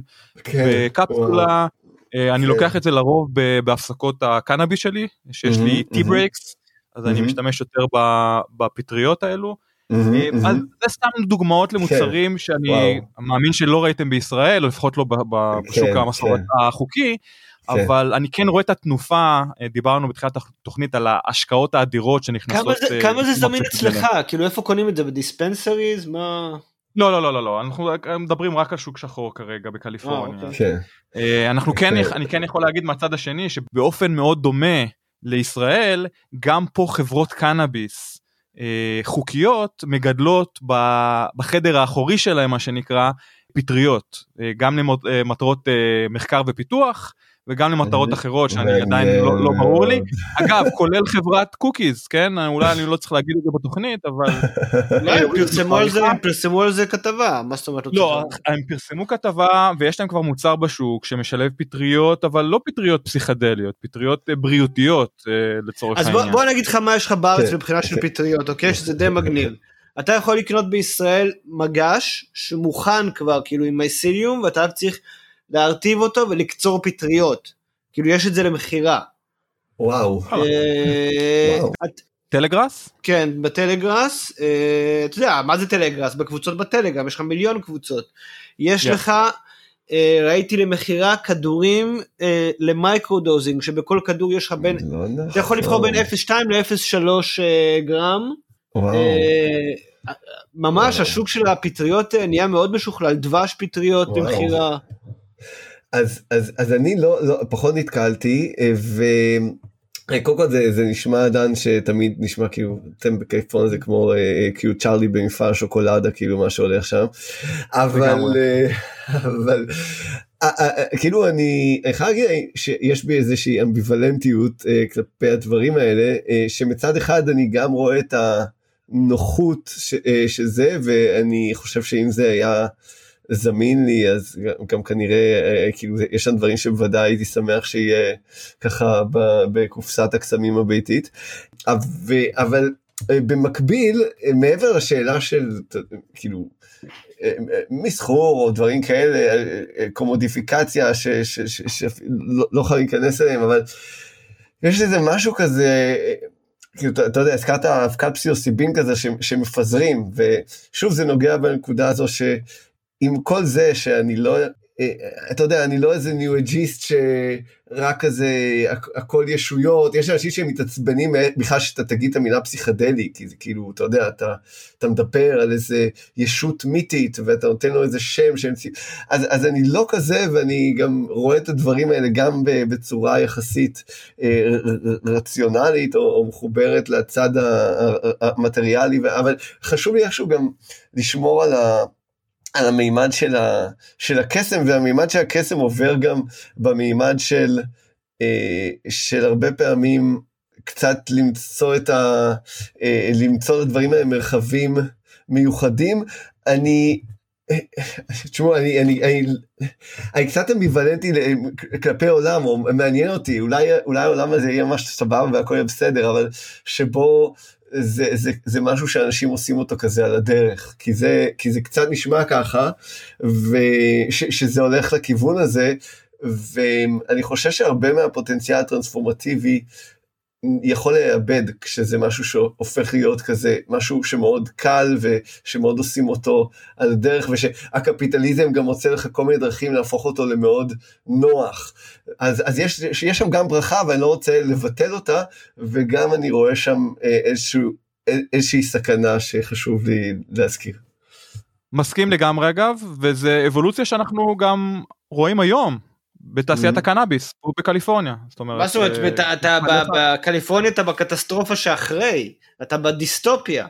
בקפסולה, אני לוקח את זה לרוב בהפסקות הקנאביס שלי, שיש לי טי-ברקס, אז אני משתמש יותר בפטריות האלו, אז זה סתם דוגמאות למוצרים שאני מאמין שלא ראיתם בישראל, או לפחות לא בשוק המסורת החוקי, אבל אני כן רואה את התנופה, דיברנו בתחילת התוכנית על ההשקעות האדירות שנכנסות. כמה זה זמין אצלך? כאילו איפה קונים את זה? בדיספנסריז? מה? לא, אנחנו מדברים רק על שוק שחור כרגע בקליפורניה. אני כן יכול להגיד מהצד השני, שבאופן מאוד דומה לישראל, גם פה חברות קנאביס חוקיות מגדלות בחדר האחורי שלהם, מה שנקרא, פטריות, גם למטרות מחקר ופיתוח, וגם למטרות אחרות שאני עדיין לא ברור לי. אגב, כולל חברת קוקיז, כן? אולי אני לא צריך להגיד את זה בתוכנית, אבל... הם פרסמו על זה כתבה, מה זאת אומרת? לא, הם פרסמו כתבה, ויש להם כבר מוצר בשוק, שמשלב פטריות, אבל לא פטריות פסיכדליות, פטריות בריאותיות, לצורך העניין. אז בוא נגיד לך מה יש לך בארץ מבחינה של פטריות, אוקיי? שזה די מגניב. אתה יכול לקנות בישראל מגש, שמוכן כבר, כאילו עם מייסיליום, ואתה צריך להרטיב אותו ולקצור פטריות. כאילו יש את זה למחירה. וואו. טלגראס? כן, בטלגראס. אתה יודע, מה זה טלגראס? בקבוצות בטלגרם, יש לך מיליון קבוצות. יש לך, ראיתי למחירה כדורים למייקרודוזינג, שבכל כדור יש לך בין, אתה יכול לבחור בין 0.2 ל-0.3 גרם. ממש השוק של הפטריות נהיה מאוד משוכלל, דבש פטריות למחירה. אז אני פחות נתקלתי, וקודם כל זה נשמע דן שתמיד נשמע כאילו, אתם בקליפורניה זה כמו כאילו צ'רלי במפעל שוקולדה, כאילו מה שהולך שם, אבל כאילו אני חייב להגיד שיש בי איזושהי אמביוולנטיות כלפי הדברים האלה, שמצד אחד אני גם רואה את הנוחות של זה, ואני חושב שאם זה היה זמין לי, אז גם כנראה, כאילו, יש שם דברים שבוודאי הייתי שמח שיהיה ככה בקופסת הקסמים הביתית, אבל במקביל, מעבר לשאלה של, כאילו, מסחור או דברים כאלה, קומודיפיקציה שלא יכולים להיכנס אליהם, אבל יש איזה משהו כזה, כאילו, אתה יודע, הזכרת אבקת פסילוסיבין כזה שמפזרים, ושוב זה נוגע בנקודה הזו עם כל זה שאני לא, אתה יודע, אני לא איזה ניו-אג'יסט שרק כזה, הכל ישויות, יש אנשים שמתעצבנים בכלל שאתה תגיד את המילה פסיכדלי, כי זה כאילו, אתה יודע, אתה מדבר על איזה ישות מיתית, ואתה נותן לו איזה שם, אז אני לא כזה, ואני גם רואה את הדברים האלה גם בצורה יחסית רציונלית, או מחוברת לצד המטריאלי, אבל חשוב לי איכשהו גם לשמור על המימד של הקסם, והמימד של הקסם עובר גם במימד של הרבה פעמים קצת למצוא למצוא את הדברים האלה מרחבים מיוחדים. תשמעו, אני קצת אמביוולנטי כלפי עולם, או מעניין אותי, אולי העולם הזה יהיה ממש סבבה והכל יהיה בסדר, אבל שבו זה משהו שאנשים עושים אותו כזה על הדרך, כי זה קצת נשמע ככה, ושזה הולך לכיוון הזה, ואני חושב שהרבה מהפוטנציאל הטרנספורמטיבי יכול לאבד כשזה משהו שהופך להיות כזה, משהו שמאוד קל ושמאוד עושים אותו על דרך, ושהקפיטליזם גם מוצא לך כל מיני דרכים להפוך אותו למאוד נוח. אז יש שם גם ברכה, ואני לא רוצה לבטל אותה, וגם אני רואה שם איזושהי סכנה שחשוב לי להזכיר. מסכים לגמרי אגב, וזה אבולוציה שאנחנו גם רואים היום, בתעשיית הקנאביס, או בקליפורניה. מה זאת אומרת, אתה בקליפורניה אתה בקטסטרופה שאחרי, אתה בדיסטופיה.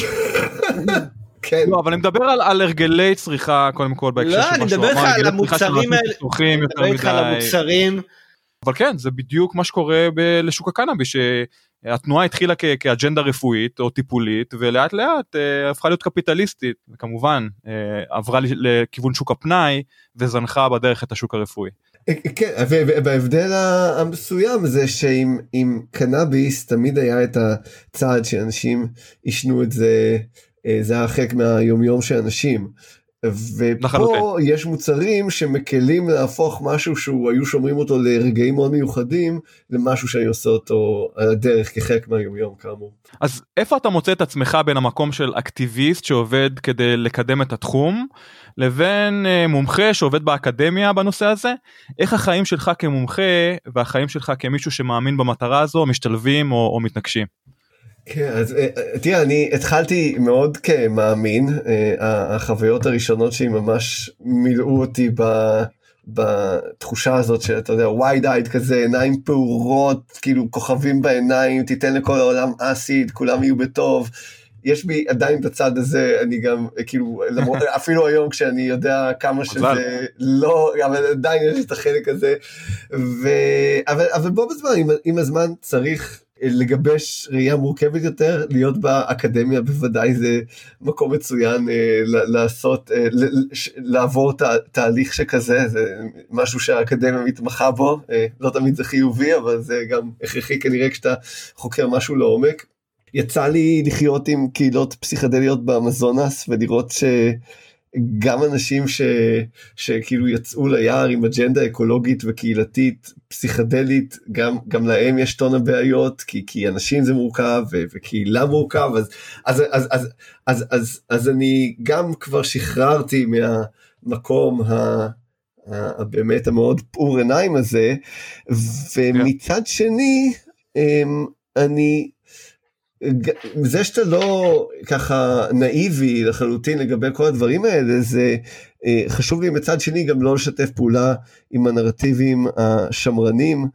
לא, אבל אני מדבר על הרגלי צריכה, קודם כל, בהקשר של מה שהוא אמר. לא, אני מדבר לך על המוצרים האלה, אני מדבר איתך על המוצרים. אבל כן, זה בדיוק מה שקורה לשוק הקנאביס, שהתנועה התחילה כאג'נדה רפואית או טיפולית, ולאט לאט הפכה להיות קפיטליסטית, וכמובן עברה לכיוון שוק הפנאי, וזנחה בדרך את השוק הרפואי. כן, וההבדל המסוים זה שעם קנאביס תמיד היה את הצעד שאנשים ישנו את זה, זה היה חלק מהיומיום של אנשים, ופה יש מוצרים שמקלים להפוך משהו שהיו שומרים אותו לרגעים מאוד מיוחדים, למשהו שאני עושה אותו על הדרך כחלק מהיומיום כאמור. אז איפה אתה מוצא את עצמך בין המקום של אקטיביסט שעובד כדי לקדם את התחום, לבין מומחה שעובד באקדמיה בנושא הזה? איך החיים שלך כמומחה והחיים שלך כמישהו שמאמין במטרה הזו משתלבים או מתנגשים? כן, אז תראה, אני התחלתי מאוד כמאמין, החוויות הראשונות שהיא ממש מילאו אותי בתחושה הזאת שאתה יודע, wide eyed כזה, עיניים פעורות, כאילו כוכבים בעיניים, תיתן לכל העולם אסיד, כולם יהיו בטוב. יש בי עדיין את הצד הזה, אני גם, כאילו, אפילו היום כשאני יודע כמה שזה לא, אבל עדיין יש את החלק הזה, אבל בו בזמן, עם הזמן צריך לגבש ראייה מורכבת יותר, להיות באקדמיה בוודאי זה מקום מצוין לעשות, לעבור תהליך שכזה, זה משהו שהאקדמיה מתמחה בו, לא תמיד זה חיובי, אבל זה גם הכרחי כנראה כשאתה חוקר משהו לעומק. יצא לי לחיות עם קהילות פסיכדליות באמזונס, ולראות שגם אנשים שכאילו יצאו ליער עם אג'נדה אקולוגית וקהילתית פסיכדלית, גם להם יש טון הבעיות, כי אנשים זה מורכב, וקהילה מורכב, אז אני גם כבר שחררתי מהמקום באמת המאוד פעור עיניים הזה, ומצד שני, אני זה שאתה לא ככה נאיבי לחלוטין לגבי כל הדברים האלה, זה חשוב לי מצד שני גם לא לשתף פעולה עם הנרטיבים השמרנים,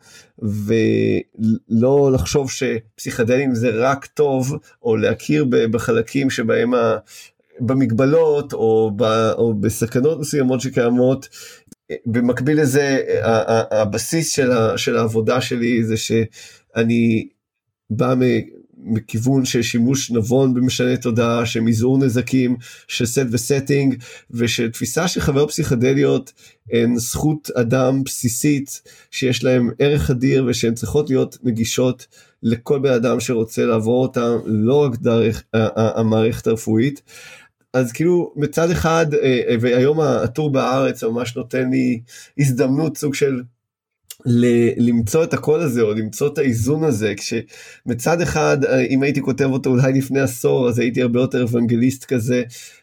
ולא לחשוב שפסיכדלים זה רק טוב, או להכיר בחלקים שבהם במגבלות, או בסכנות מסוימות שקיימות. במקביל לזה, הבסיס של העבודה שלי זה שאני בא מכיוון של שימוש נבון במשנה תודעה, של מזעור נזקים, של סט וסטינג, ושל תפיסה של חברות פסיכדליות הן זכות אדם בסיסית, שיש להם ערך אדיר, ושהן צריכות להיות נגישות לכל בן אדם שרוצה לעבור אותם, לא רק דרך המערכת הרפואית. אז כאילו מצד אחד, והיום הטור בארץ ממש נותן לי הזדמנות, סוג של למצוא את הקול הזה, או למצוא את האיזון הזה, כשמצד אחד, אם הייתי כותב אותו אולי לפני עשור, אז הייתי הרבה יותר אוונגליסט כזה,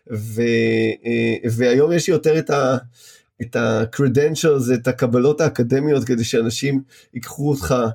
והיום יש לי יותר את ה-credentials, את הקבלות האקדמיות, כדי שאנשים ייקחו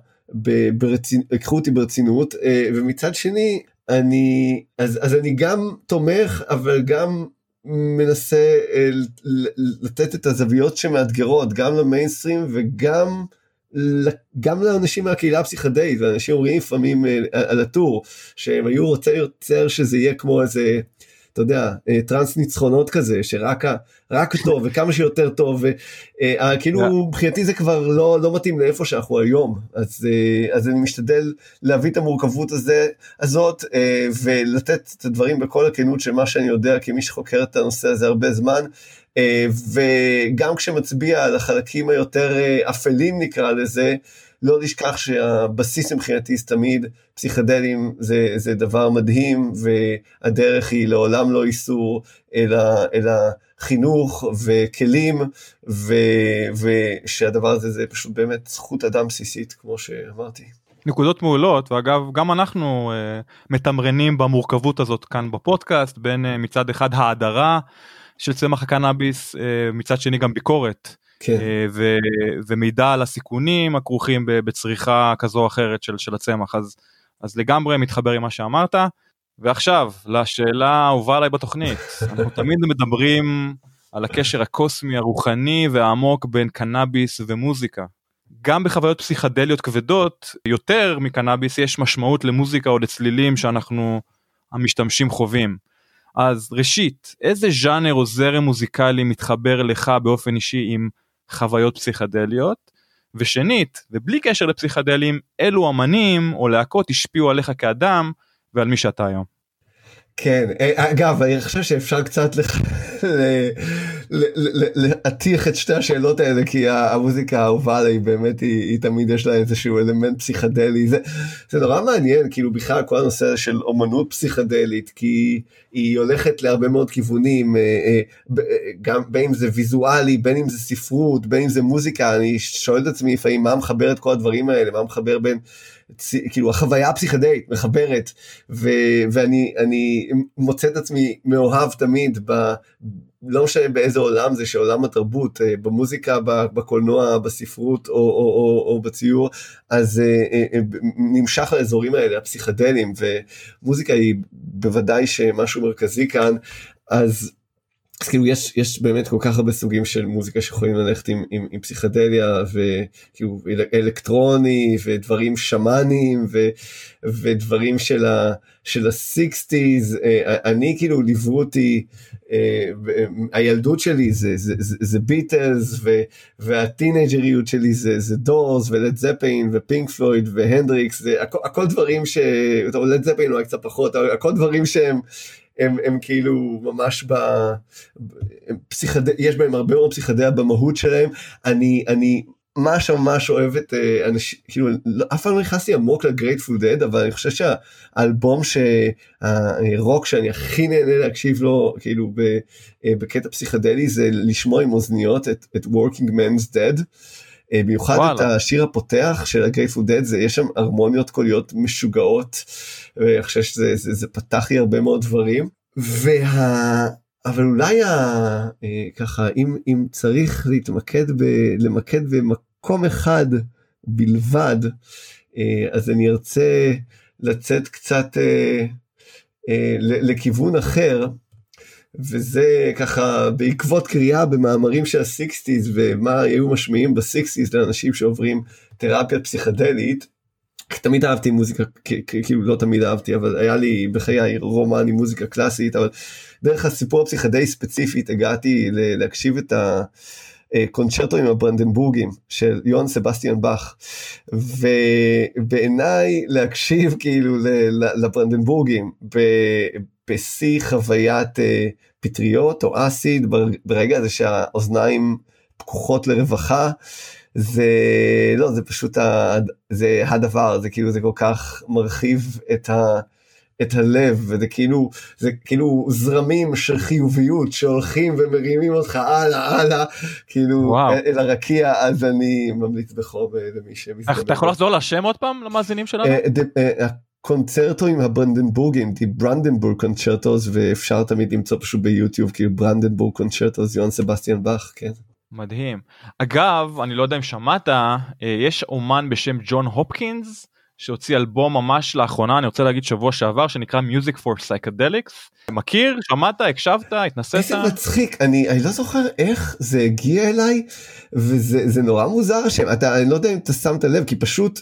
אותי ברצינות, ומצד שני, אז אני גם תומך, אבל גם מנסה לתת את הזוויות שמאתגרות, גם למיינסטרים וגם לאנשים מהקהילה הפסיכדלית, ואנשים אומרים לפעמים על הטור, שהם היו רוצה יותר שזה יהיה כמו איזה, אתה יודע, טרנס ניצחונות כזה, שרק טוב, וכמה שיותר טוב, כאילו מבחינתי זה כבר לא מתאים לאיפה שאנחנו היום, אז אני משתדל להביא את המורכבות הזאת, ולתת את הדברים בכל הכנות של מה שאני יודע, כמי שחוקר את הנושא הזה הרבה זמן, וגם כשמצביע על החלקים היותר אפלים נקרא לזה, לא לשכח שהבסיס מבחינתי תמיד פסיכדלים זה דבר מדהים, והדרך היא לעולם לא איסור, אלא חינוך וכלים, ושהדבר הזה זה פשוט באמת זכות אדם בסיסית, כמו שאמרתי. נקודות מעולות, ואגב, גם אנחנו מתמרנים במורכבות הזאת כאן בפודקאסט, בין מצד אחד ההדרה של צמח הקנאביס, מצד שני גם ביקורת, כן. ומידע על הסיכונים הכרוכים בצריכה כזו או אחרת של הצמח, אז לגמרי מתחבר עם מה שאמרת, ועכשיו, לשאלה האהובה עליי בתוכנית, אנחנו תמיד מדברים על הקשר הקוסמי, הרוחני והעמוק בין קנאביס ומוזיקה. גם בחוויות פסיכדליות כבדות, יותר מקנאביס יש משמעות למוזיקה או לצלילים שאנחנו המשתמשים חווים. אז ראשית, איזה ז'אנר או זרם מוזיקלי מתחבר לך באופן אישי עם חוויות פסיכדליות? ושנית, ובלי קשר לפסיכדלים, אילו אמנים או להקות השפיעו עליך כאדם ועל מי שאתה היום? כן, אגב, אני חושב שאפשר קצת להתיך את שתי השאלות האלה, כי המוזיקה האהובה עליי באמת היא תמיד יש לה איזשהו אלמנט פסיכדלי, זה נורא מעניין, כאילו בכלל כל הנושא של אומנות פסיכדלית, כי היא הולכת להרבה מאוד כיוונים, גם בין אם זה ויזואלי, בין אם זה ספרות, בין אם זה מוזיקה, אני שואל את עצמי לפעמים מה מחבר את כל הדברים האלה, מה מחבר בין, כאילו החוויה הפסיכדלית מחברת, ואני מוצא את עצמי מאוהב תמיד, לא משנה באיזה עולם זה, שעולם התרבות, במוזיקה, בקולנוע, בספרות או בציור, אז נמשך לאזורים האלה, הפסיכדליים, ומוזיקה היא בוודאי שמשהו מרכזי כאן, אז כאילו יש באמת כל כך הרבה סוגים של מוזיקה שיכולים ללכת עם פסיכדליה, וכאילו אלקטרוני, ודברים שמאנים, ודברים של ה-60s, אני כאילו ליוו אותי, הילדות שלי זה ביטלס, והטינג'ריות שלי זה דורס, ולד זפלין, ופינק פלויד, והנדריקס, הכל דברים לד זפלין הוא קצת פחות, הכל דברים שהם, הם כאילו ממש יש בהם הרבה מאוד פסיכדליה במהות שלהם, אני ממש אוהב את אנשים, כאילו אף פעם לא נכנסתי עמוק לגרייטפול דד, אבל אני חושב שהאלבום הרוק שאני הכי נהנה להקשיב לו, כאילו בקטע פסיכדלי, זה לשמוע עם אוזניות את Working Man's Dead, במיוחד את השיר הפותח של הגרייטפול דד, יש שם הרמוניות קוליות משוגעות, ואני חושב שזה פתח לי הרבה מאוד דברים, אבל אולי ככה, אם צריך למקד במקום אחד בלבד, אז אני ארצה לצאת קצת לכיוון אחר, וזה ככה בעקבות קריאה במאמרים של ה-60s, ומה היו משמיעים ב-60s לאנשים שעוברים תרפיה פסיכדלית. תמיד אהבתי מוזיקה, כאילו לא תמיד אהבתי, אבל היה לי בחיי רומן עם מוזיקה קלאסית, אבל דרך הסיפור הפסיכדלי ספציפית הגעתי להקשיב את הקונצ'רטוים הברנדנבורגים של יוהאן סבסטיאן באך, ובעיניי להקשיב כאילו לברנדנבורגים בשיא חוויית פטריות או אסיד, ברגע הזה שהאוזניים פקוחות לרווחה, זה פשוט זה הדבר, זה כאילו זה כל כך מרחיב את הלב, וזה כאילו זרמים של חיוביות שהולכים ומרימים אותך הלאה, כאילו אל הרקיע, אז אני ממליץ בחום למי שמזדמן. אתה יכול לחזור לשם עוד פעם למאזינים שלנו? הקונצרטוים הברנדנבורגים, The Brandenburg Concertos, ואפשר תמיד למצוא פשוט ביוטיוב, כאילו Brandenburg Concertos, יוהאן סבסטיאן באך, כן. מדהים. אגב, אני לא יודע אם שמעת, יש אומן בשם ג'ון הופקינס, שהוציא אלבום ממש לאחרונה, אני רוצה להגיד שבוע שעבר, שנקרא Music for Psychedelics. מכיר? שמעת? הקשבת? התנסית? איזה מצחיק, אני לא זוכר איך זה הגיע אליי, וזה נורא מוזר השם, אני לא יודע אם אתה שמת לב, כי פשוט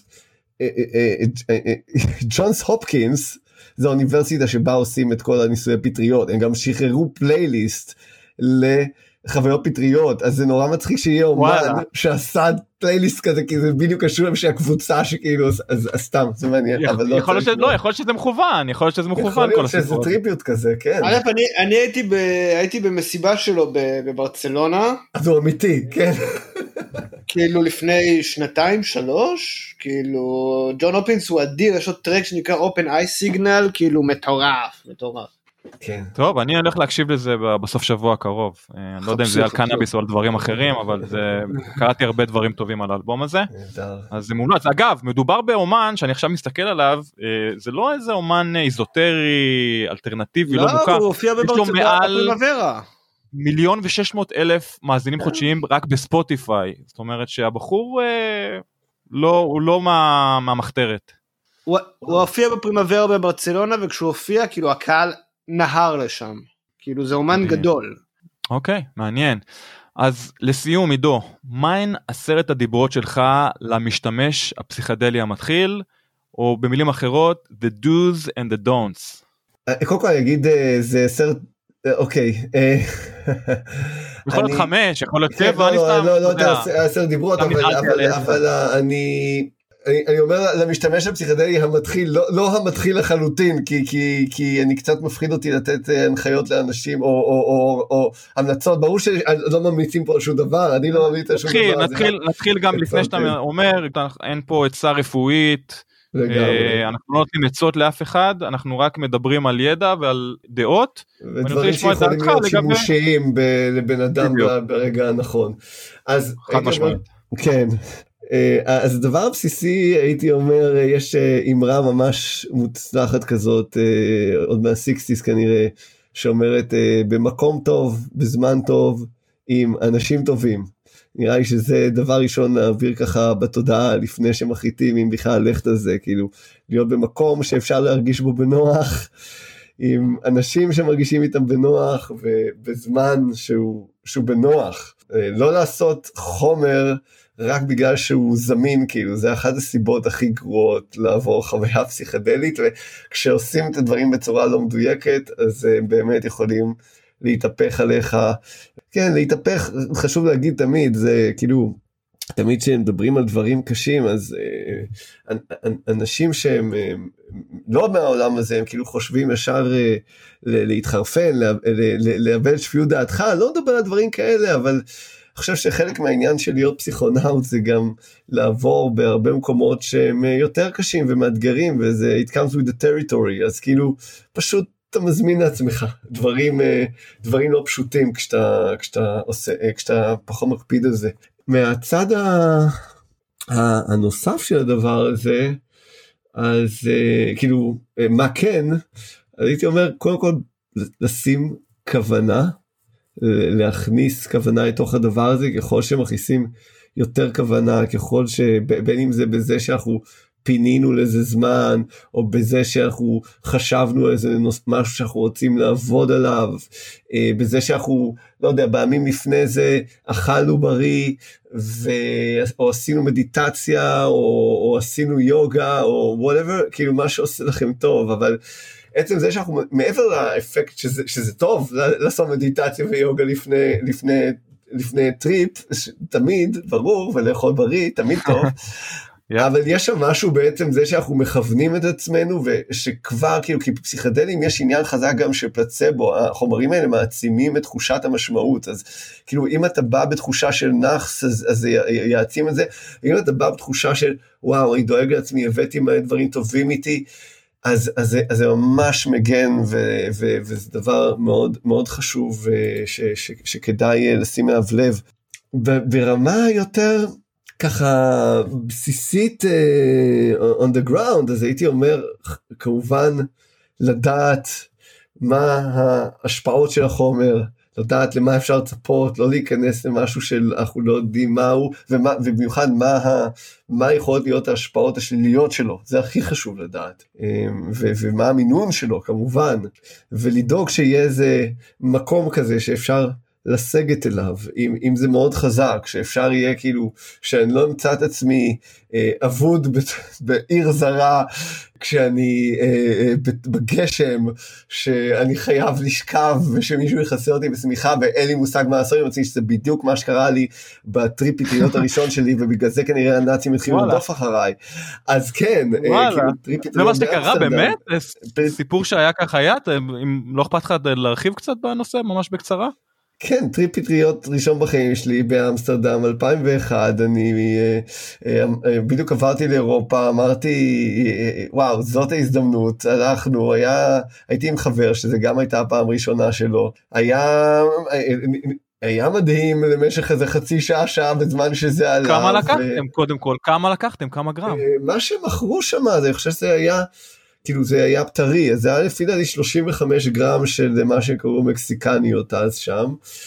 ג'ונס הופקינס, זו האוניברסיטה שבה עושים את כל הניסויי פטריות, הם גם שחררו פלייליסט לחוויות פטריות, אז זה נורא מצחיק שיהיה אומן שעשה פלייליסט כזה, כי זה בדיוק קשור להם שהקבוצה שכאילו, אז סתם, זה מעניין. יכול להיות שזה מכוון, יכול להיות שזה טריביוט כזה, כן. אני הייתי במסיבה שלו בברצלונה. אז הוא אמיתי, כן. כאילו לפני 2-3, כאילו ג'ון הופקינס הוא אדיר, יש לו טרק שנקרא Open Eye Signal, כאילו מטורף. כן. טוב, אני הולך להקשיב לזה בסוף שבוע הקרוב. אני לא יודע אם זה על קנאביס או על דברים אחרים, אבל קראתי הרבה דברים טובים על האלבום הזה. אז זה מומלץ. אגב, מדובר באומן שאני עכשיו מסתכל עליו, זה לא איזה אומן איזוטרי, אלטרנטיבי, לא מוכר. לא, הוא הופיע בפרימוורה. 1,600,000 מאזינים חודשיים רק בספוטיפיי. זאת אומרת שהבחור הוא לא מהמחתרת. הוא הופיע בפרימוורה בברצלונה, וכשהוא הופיע, כאילו הקהל נהר לשם. כאילו זה אומן גדול. אוקיי, מעניין. אז לסיום, עידו, מהן 10 הדיברות שלך למשתמש הפסיכדלי המתחיל, או במילים אחרות, the do's and the don'ts? קודם כל אני אגיד, זה 10, אוקיי. יכול להיות 5, יכול להיות 7, לא יודע, 10 דיברות, אבל אני אומר למשתמש הפסיכדלי המתחיל, לא המתחיל לחלוטין, כי אני קצת מפחיד אותי לתת הנחיות לאנשים, או המלצות, ברור שלא ממליצים פה על שום דבר, אני לא ממליץ על שום דבר. נתחיל גם לפני שאתה אומר, אין פה עצה רפואית, אנחנו לא נותנים עצות לאף אחד, אנחנו רק מדברים על ידע ועל דעות, ודברים שיכולים להיות שימושיים לבן אדם ברגע הנכון. חד משמעית. כן. אז הדבר הבסיסי, הייתי אומר, יש אמרה ממש מוצלחת כזאת, עוד מה-60s כנראה, שאומרת, במקום טוב, בזמן טוב, עם אנשים טובים. נראה לי שזה דבר ראשון להעביר ככה בתודעה, לפני שמחליטים אם בכלל ללכת על זה, כאילו, להיות במקום שאפשר להרגיש בו בנוח, עם אנשים שמרגישים איתם בנוח, ובזמן שהוא בנוח. לא לעשות חומר, רק בגלל שהוא זמין, כאילו, זה אחת הסיבות הכי גרועות לעבור חוויה פסיכדלית, וכשעושים את הדברים בצורה לא מדויקת, אז באמת יכולים להתהפך עליך. כן, להתהפך, חשוב להגיד תמיד, זה כאילו, תמיד שמדברים על דברים קשים, אז אנשים שהם לא מהעולם הזה, הם כאילו חושבים ישר להתחרפן, לאבד שפיות דעתך, לא מדבר על דברים כאלה, אבל אני חושב שחלק מהעניין של להיות פסיכונאוט זה גם לעבור בהרבה מקומות שהם יותר קשים ומאתגרים, וזה it comes with the territory, אז כאילו פשוט אתה מזמין לעצמך דברים לא פשוטים כשאתה פחות מקפיד על זה. מהצד הנוסף של הדבר הזה, אז כאילו מה כן, הייתי אומר קודם כל לשים כוונה, להכניס כוונה לתוך הדבר הזה, ככל שמכניסים יותר כוונה, ככל שבין אם זה בזה שאנחנו פינינו לזה זמן, או בזה שאנחנו חשבנו איזה משהו שאנחנו רוצים לעבוד עליו, בזה שאנחנו, לא יודע, בימים לפני זה אכלנו בריא, או עשינו מדיטציה, או עשינו יוגה, או whatever, כאילו מה שעושה לכם טוב, אבל עצם זה שאנחנו, מעבר לאפקט שזה טוב, לעשות מדיטציה ויוגה לפני טריפ, תמיד, ברור, ולאכול בריא, תמיד טוב, אבל יש שם משהו בעצם זה שאנחנו מכוונים את עצמנו, ושכבר, כאילו, כי בפסיכדלים יש עניין חזק גם של פלצבו, החומרים האלה מעצימים את תחושת המשמעות, אז כאילו, אם אתה בא בתחושה של נחס, אז זה יעצים את זה, אם אתה בא בתחושה של, וואו, אני דואג לעצמי, הבאתי מלא דברים טובים איתי, אז זה ממש מגן, וזה דבר מאוד, מאוד חשוב, שכדאי לשים אליו לב. ברמה יותר, ככה, בסיסית, on the ground, אז הייתי אומר, כמובן, לדעת מה ההשפעות של החומר, לדעת למה אפשר לצפות, לא להיכנס למשהו של אנחנו לא יודעים מהו, ובמיוחד מה יכולות להיות ההשפעות השליליות שלו, זה הכי חשוב לדעת, ומה המינון שלו כמובן, ולדאוג שיהיה איזה מקום כזה שאפשר לסגת אליו, אם זה מאוד חזק, שאפשר יהיה כאילו, שאני לא אמצא את עצמי אבוד בעיר זרה, כשאני בגשם, שאני חייב לשכב, ושמישהו יחסה אותי בשמיכה, ואין לי מושג מה לעשות, אני רוצה שזה בדיוק מה שקרה לי, בטריפ פטריות הראשון שלי, ובגלל זה כנראה הנאצים התחילו לדוף אחריי, אז כן, זה מה שקרה באמת? סיפור שהיה ככה היה, אם לא אכפת לך להרחיב קצת בנושא, ממש בקצרה? כן, טריפ פטריות ראשון בחיים שלי באמסטרדם 2001, אני בדיוק עברתי לאירופה, אמרתי וואו זאת ההזדמנות, הייתי עם חבר שזה גם הייתה הפעם ראשונה שלו, היה מדהים למשך איזה חצי שעה בזמן שזה עלה. כמה לקחתם קודם כל? כמה לקחתם? כמה גרם? מה שמכרו שם, אני חושב שזה היה, כאילו זה היה פטרי, אז זה היה לפי דעתי 35 גרם של מה שקראו מקסיקניות אז שם,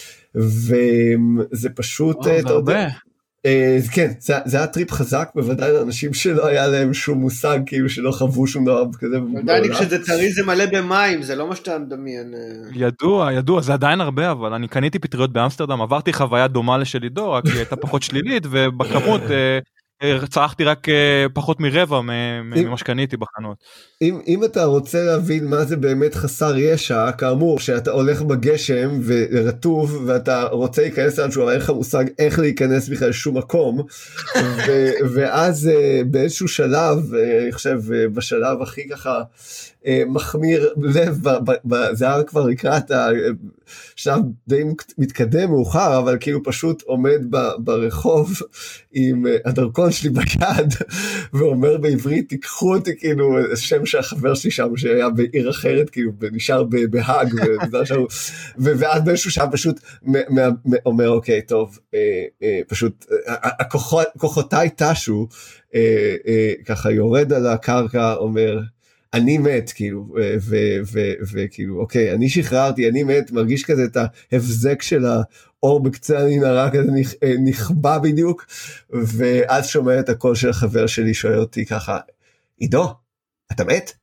וזה פשוט, אתה יודע, כן, זה היה טריפ חזק, בוודאי לאנשים שלא היה להם שום מושג, כאילו שלא חוו שום דבר כזה. עדיין כשזה טרי זה מלא במים, זה לא מה שאתה מדמיין. ידוע, זה עדיין הרבה, אבל אני קניתי פטריות באמסטרדם, עברתי חוויה דומה לשל עידו, רק היא הייתה פחות שלילית, ובכמות צרכתי רק פחות מרבע ממה שקניתי בחנות. אם אתה רוצה להבין מה זה באמת חסר ישע, כאמור, שאתה הולך בגשם ורטוב, ואתה רוצה להיכנס לאנשהו, אבל אין לך מושג איך להיכנס בכלל לשום מקום, ואז באיזשהו שלב, אני חושב בשלב הכי ככה, מחמיר לב, זה היה כבר לקראת השלב די מתקדם מאוחר, אבל כאילו פשוט עומד ברחוב עם הדרכון שלי ביד, ואומר בעברית, תיקחו אותי, כאילו, שם שהחבר שלי שם, שהיה בעיר אחרת, כאילו, נשאר בהאג, ואז באיזשהו שם פשוט אומר, אוקיי, טוב, פשוט, כוחותיי תשו, ככה יורד על הקרקע, אומר, אני מת, כאילו, וכאילו, אוקיי, אני שחררתי, אני מת, מרגיש כזה את ההבזק של האור בקצה הנערה, כזה נכבה בדיוק, ואז שומע את הקול של החבר שלי, שואל אותי ככה, עידו, אתה מת?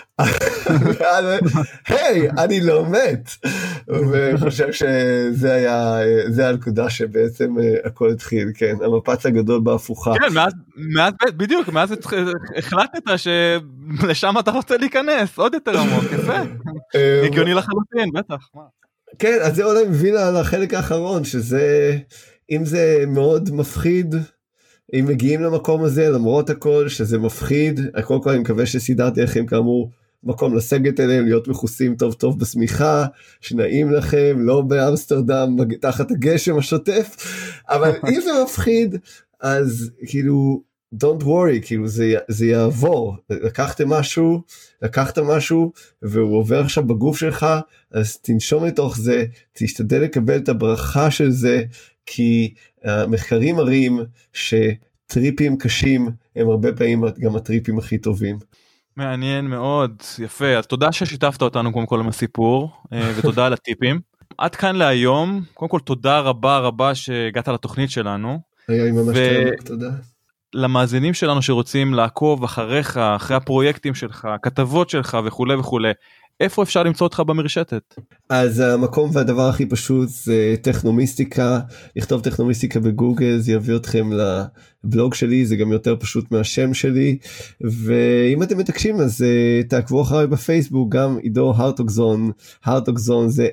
היי, אני לא מת, וחושב שזה היה הנקודה שבעצם הכל התחיל, כן, המפץ הגדול בהפוכה. כן, בדיוק, מאז החלטת שלשם אתה רוצה להיכנס, עוד יותר עמוק, יפה, הגיוני לחלוטין, בטח. כן, אז זה אולי מביא לחלק האחרון, שזה, אם זה מאוד מפחיד, אם מגיעים למקום הזה, למרות הכל, שזה מפחיד, הכל כל אני מקווה שסידרתי לכם כאמור, מקום לסגת אליהם, להיות מחוסים טוב טוב בסמיכה, שנעים לכם, לא באמסטרדם, תחת הגשם השוטף, אבל אם זה מפחיד, אז כאילו, don't worry, כאילו זה יעבור, לקחת משהו, והוא עובר עכשיו בגוף שלך, אז תנשום לתוך זה, תשתדל לקבל את הברכה של זה, כי המחקרים מראים שטריפים קשים הם הרבה פעמים גם הטריפים הכי טובים. מעניין מאוד, יפה, אז תודה ששיתפת אותנו קודם כל עם הסיפור, ותודה על הטיפים. עד כאן להיום, קודם כל תודה רבה שהגעת לתוכנית שלנו. היה ממש תודה. למאזינים שלנו שרוצים לעקוב אחריך, אחרי הפרויקטים שלך, הכתבות שלך וכו', איפה אפשר למצוא אותך במרשתת? אז המקום והדבר הכי פשוט זה טכנומיסטיקה, לכתוב טכנומיסטיקה בגוגל, זה יביא אתכם לבלוג שלי, זה גם יותר פשוט מהשם שלי, ואם אתם מתעקשים אז תעקבו אחריי בפייסבוק, גם עידו הרטוגזון, הרטוגזון זה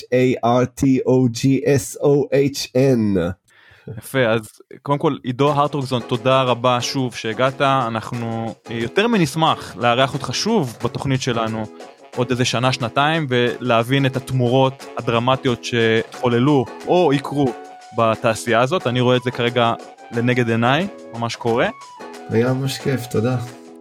Hartogson. יפה, אז קודם כל עידו הרטוגזון, תודה רבה שוב שהגעת, אנחנו יותר מנשמח לארח אותך שוב בתוכנית שלנו, עוד איזה שנה, שנתיים, ולהבין את התמורות הדרמטיות שחוללו או יקרו בתעשייה הזאת. אני רואה את זה כרגע לנגד עיניי, ממש קורה. היה ממש כיף, תודה.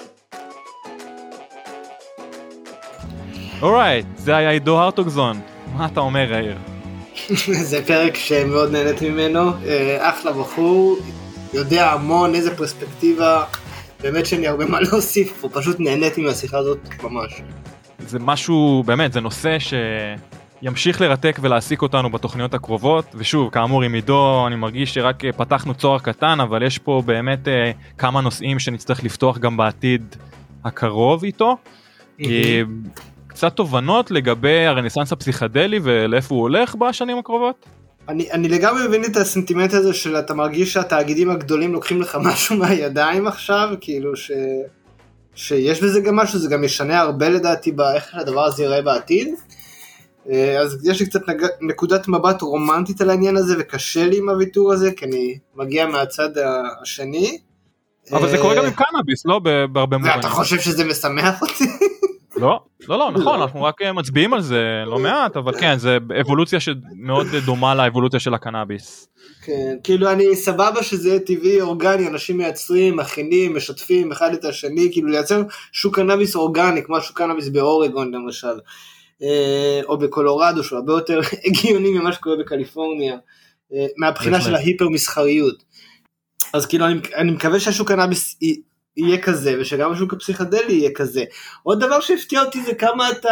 אורייט, זה היה עידו הרטוגזון. מה אתה אומר, יאיר? זה פרק שמאוד נהנית ממנו, אחלה בחור, יודע המון, איזה פרספקטיבה, באמת שאני הרבה מה להוסיף, הוא פשוט נהנית עם השיחה הזאת ממש. זה משהו, באמת, זה נושא שימשיך לרתק ולהעסיק אותנו בתוכניות הקרובות, ושוב, כאמור עם עידו, אני מרגיש שרק פתחנו צוהר קטן, אבל יש פה באמת כמה נושאים שנצטרך לפתוח גם בעתיד הקרוב איתו. קצת תובנות לגבי הרנסנס הפסיכדלי ולאיפה הוא הולך בשנים הקרובות? אני לגמרי מבין את הסנטימנט הזה של אתה מרגיש שהתאגידים הגדולים לוקחים לך משהו מהידיים עכשיו, כאילו שיש בזה גם משהו, זה גם ישנה הרבה לדעתי באיך הדבר הזה יראה בעתיד, אז יש לי קצת נקודת מבט רומנטית על העניין הזה, וקשה לי עם הוויתור הזה, כי אני מגיע מהצד השני. אבל זה קורה גם עם קנאביס, לא בהרבה מובנים. ואתה חושב שזה משמח אותי? לא, נכון, אנחנו רק מצביעים על זה לא מעט, אבל כן, זה אבולוציה שמאוד דומה לאבולוציה של הקנאביס. כן, כאילו אני סבבה שזה יהיה טבעי, אורגני, אנשים מייצרים, מכינים, משתפים אחד את השני, כאילו לייצר שוק קנאביס אורגני, כמו השוק קנאביס באורגון למשל, או בקולורדו, שהוא הרבה יותר הגיוני ממה שקורה בקליפורניה, מהבחינה של ההיפר מסחריות. אז כאילו אני מקווה שהשוק קנאביס יהיה כזה, ושגם השוק הפסיכדלי יהיה כזה. עוד דבר שהפתיע אותי זה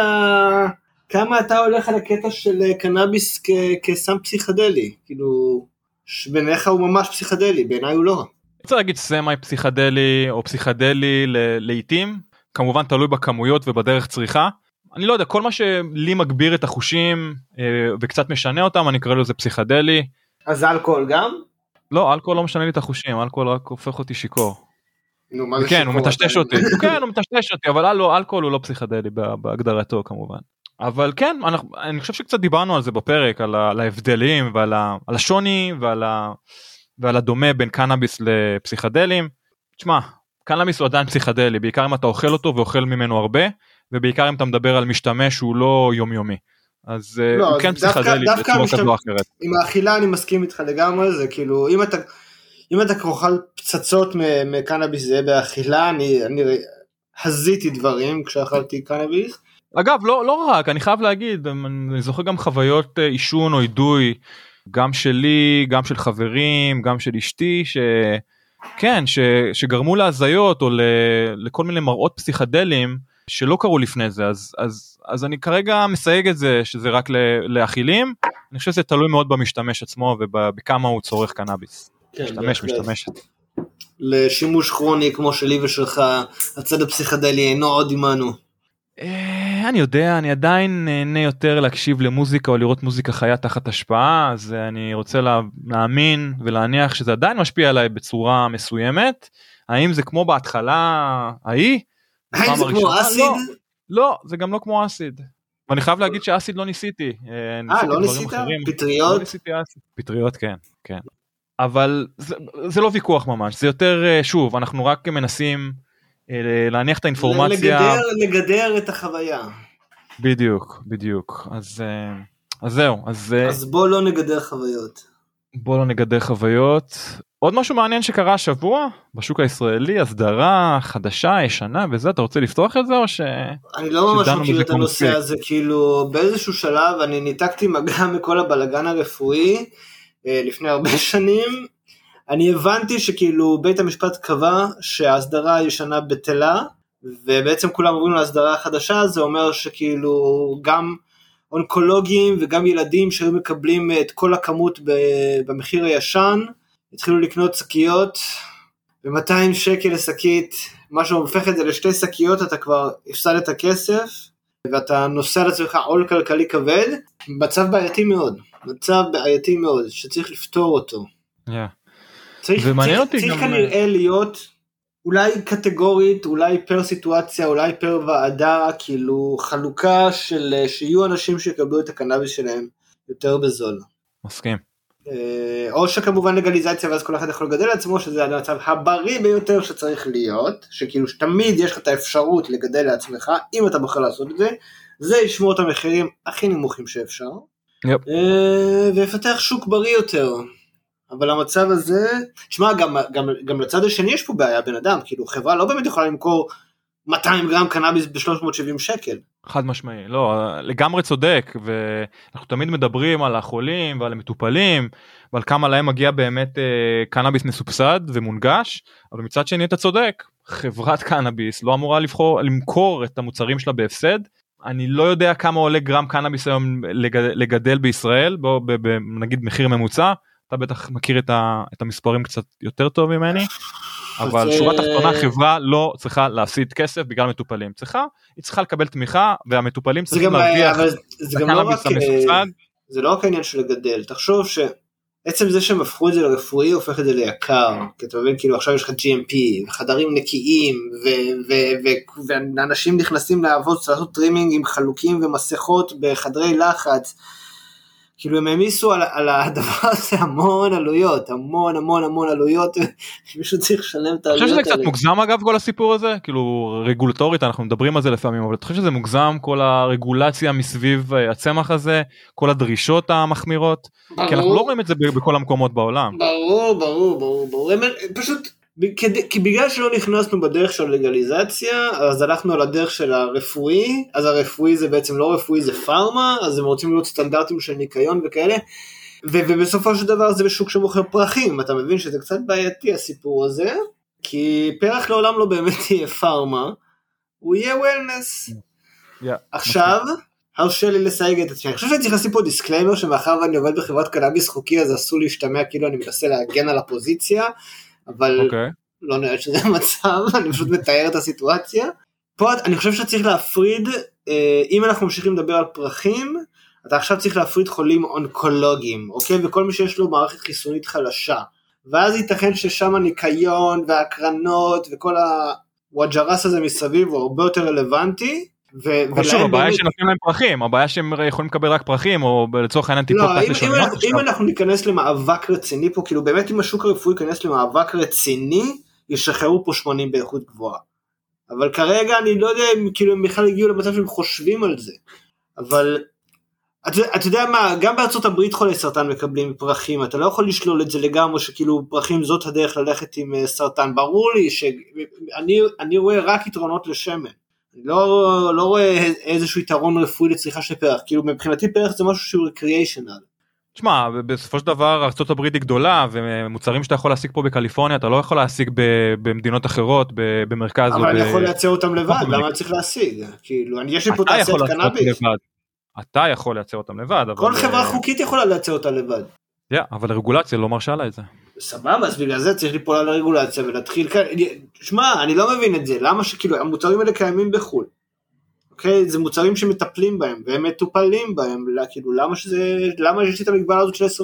כמה אתה הולך על הקטע של קנאביס כסם פסיכדלי, כאילו, שבעיניך הוא ממש פסיכדלי, בעיניי הוא לא. אני רוצה להגיד סמי פסיכדלי או פסיכדלי לעתים, כמובן תלוי בכמויות ובדרך צריכה. אני לא יודע, כל מה שלי מגביר את החושים וקצת משנה אותם, אני קורא לו זה פסיכדלי. אז אלכוהול גם? לא, אלכוהול לא משנה לי את החושים, אלכוהול רק הופך אותי שיכור. נו, מה זה כן, שיכור? הוא מטשטש אותי. כן, הוא מטשטש אותי, אבל אלכוהול הוא לא פסיכדלי בהגדרתו כמובן. אבל כן, אני חושב שקצת דיברנו על זה בפרק, על ההבדלים ועל השוני ועל הדומה בין קנאביס לפסיכדלים. תשמע, קנאביס הוא עדיין פסיכדלי, בעיקר אם אתה אוכל אותו ואוכל ממנו הרבה, ובעיקר אם אתה מדבר על משתמש שהוא לא יומיומי. אז הוא כן פסיכדלי בצורה כזו או אחרת. עם האכילה אני מסכים איתך לגמרי, זה כאילו, אם אתה אוכל פצצות מקנאביס זה באכילה, אני הזיתי דברים כשאכלתי קנאביס. אגב, לא רק, אני חייב להגיד, אני זוכר גם חוויות עישון או עידוי, גם שלי, גם של חברים, גם של אשתי, כן, שגרמו להזיות או לכל מיני מראות פסיכדליים שלא קרו לפני זה, אז אני כרגע מסייג את זה שזה רק לאכילים, אני חושב שזה תלוי מאוד במשתמש עצמו ובכמה הוא צורך קנאביס. כן, משתמשת. לשימוש כרוני כמו שלי ושלך, הצד הפסיכדלי אינו עוד עמנו. אני יודע, אני עדיין נהנה יותר להקשיב למוזיקה או לראות מוזיקה חיה תחת השפעה, אז אני רוצה להאמין ולהניח שזה עדיין משפיע עליי בצורה מסוימת. האם זה כמו בהתחלה ההיא? האם זה כמו אסיד? לא, זה גם לא כמו אסיד. ואני חייב להגיד שאסיד לא ניסיתי. לא ניסית? פטריות? לא ניסיתי אסיד. פטריות כן, כן. אבל זה לא ויכוח ממש, זה יותר, שוב, אנחנו רק מנסים להניח את האינפורמציה. לגדר את החוויה. בדיוק. אז זהו. אז בוא לא נגדר חוויות. עוד משהו מעניין שקרה השבוע בשוק הישראלי, הסדרה חדשה, ישנה וזה, אתה רוצה לפתוח את זה או ש... אני לא ממש מכיר את הנושא הזה, כאילו באיזשהו שלב אני ניתקתי מגע מכל הבלגן הרפואי, לפני הרבה שנים, אני הבנתי שכאילו בית המשפט קבע שההסדרה הישנה בטלה, ובעצם כולם אומרים להסדרה החדשה, זה אומר שכאילו גם אונקולוגים וגם ילדים שהיו מקבלים את כל הכמות במחיר הישן, התחילו לקנות שקיות, ב-200 שקל לשקית, מה שהופך את זה לשתי שקיות, אתה כבר הפסד את הכסף, ואתה נושא לעצמך עול כלכלי כבד, מצב בעייתי מאוד, שצריך לפתור אותו. צריך כנראה להיות, אולי קטגורית, אולי פר סיטואציה, אולי פר ועדה, כאילו חלוקה של שיהיו אנשים שיקבלו את הקנאביס שלהם יותר בזול. מסכים. או שכמובן לגליזציה, ואז כל אחד יכול לגדל לעצמו, שזה המצב הבריא ביותר שצריך להיות, שכאילו שתמיד יש לך את האפשרות לגדל לעצמך, אם אתה בוחר לעשות את זה, זה ישמור את המחירים הכי נמוכים שאפשר, ויפתח שוק בריא יותר. אבל המצב הזה, תשמע, גם לצד השני יש פה בעיה, בן אדם, כאילו חברה לא באמת יכולה למכור 200 גרם קנאביס ב-370 שקל. חד משמעי, לא, לגמרי צודק, ואנחנו תמיד מדברים על החולים ועל המטופלים, ועל כמה להם מגיע באמת קנאביס מסובסד ומונגש, אבל מצד שני אתה צודק, חברת קנאביס לא אמורה למכור את המוצרים שלה בהפסד, אני לא יודע כמה עולה גרם קנאביס היום לגדל בישראל, נגיד מחיר ממוצע, אתה בטח מכיר את המספרים קצת יותר טוב ממני, אבל שורה תחתונה, חברה לא צריכה להפסיד כסף בגלל מטופלים, היא צריכה לקבל תמיכה, והמטופלים צריכים להרוויח את הקנאביס המסובסד. זה לא רק העניין של לגדל, תחשוב שעצם זה שהם הפכו את זה לרפואי, הופך את זה ליקר, כי אתה מבין, כאילו עכשיו יש לך GMP, וחדרים נקיים, ואנשים נכנסים לעבוד, לעשות טרימינג עם חלוקים ומסכות בחדרי לחץ, כאילו הם העמיסו על הדבר הזה המון עלויות, המון עלויות, מישהו צריך לשלם את העלויות האלה. אני חושב שזה קצת מוגזם אגב כל הסיפור הזה, כאילו רגולטורית אנחנו מדברים על זה לפעמים, אבל אני חושב שזה מוגזם כל הרגולציה מסביב הצמח הזה, כל הדרישות המחמירות, כי אנחנו לא רואים את זה בכל המקומות בעולם. ברור, פשוט, כי בגלל שלא נכנסנו בדרך של לגליזציה, אז הלכנו על הדרך של הרפואי, אז הרפואי זה בעצם לא רפואי, זה פארמה, אז הם רוצים להיות סטנדרטים של ניקיון וכאלה, ובסופו של דבר זה בשוק שמוכר פרחים, אתה מבין שזה קצת בעייתי הסיפור הזה, כי פרח לעולם לא באמת יהיה פארמה, הוא יהיה וולנס. עכשיו, הרשה לי לסייג את עצמי, אני חושב שאני צריך לשים פה דיסקליימר, שמאחר ואני עובד בחברת קנאביס חוקי, אז אסור להשתמע כאילו אני מנסה להגן על הפוזיציה, אבל לא נראה שזה המצב, אני פשוט מתאר את הסיטואציה. פה אני חושב שצריך להפריד, אם אנחנו ממשיכים לדבר על פרחים, אתה עכשיו צריך להפריד חולים אונקולוגיים, אוקיי? וכל מי שיש לו מערכת חיסונית חלשה, ואז ייתכן ששם הניקיון והקרנות וכל הוואג'רס הזה מסביב הוא הרבה יותר רלוונטי, שוב, הבעיה שנותנים להם פרחים, הבעיה שהם יכולים לקבל רק פרחים, או לצורך העניין טיפות תחת לשוניות. אם אנחנו ניכנס למאבק רציני פה, כאילו באמת אם השוק הרפואי ייכנס למאבק רציני, ישחררו פה 80 באיכות גבוהה. אבל כרגע אני לא יודע אם כאילו הם בכלל הגיעו למצב שהם חושבים על זה. אבל אתה יודע מה, גם בארצות הברית חולי סרטן מקבלים פרחים, אתה לא יכול לשלול את זה לגמרי שכאילו פרחים זאת הדרך ללכת עם סרטן. ברור לי שאני רואה רק יתרונות לשמן. אני לא רואה איזשהו יתרון רפואי לצריכה של פרח, כאילו מבחינתי פרח זה משהו שהוא רקריאיישנל. תשמע, בסופו של דבר ארצות הברית היא גדולה, ומוצרים שאתה יכול להשיג פה בקליפורניה, אתה לא יכול להשיג במדינות אחרות, במרכז. אבל אני יכול לייצר אותם לבד, למה אני צריך להשיג? כאילו, יש לי פה תעשיית קנאביס. אתה יכול לייצר אותם לבד. כל חברה חוקית יכולה לייצר אותה לבד. אבל הרגולציה לא מרשה לה את זה. סבבה, אז בגלל זה צריך ליפול על הרגולציה ולהתחיל כאן, שמע, אני לא מבין את זה, למה שכאילו, המוצרים האלה קיימים בחול, אוקיי, זה מוצרים שמטפלים בהם, והם מטופלים בהם, כאילו, למה יש לי את המגבלה הזאת של 24%?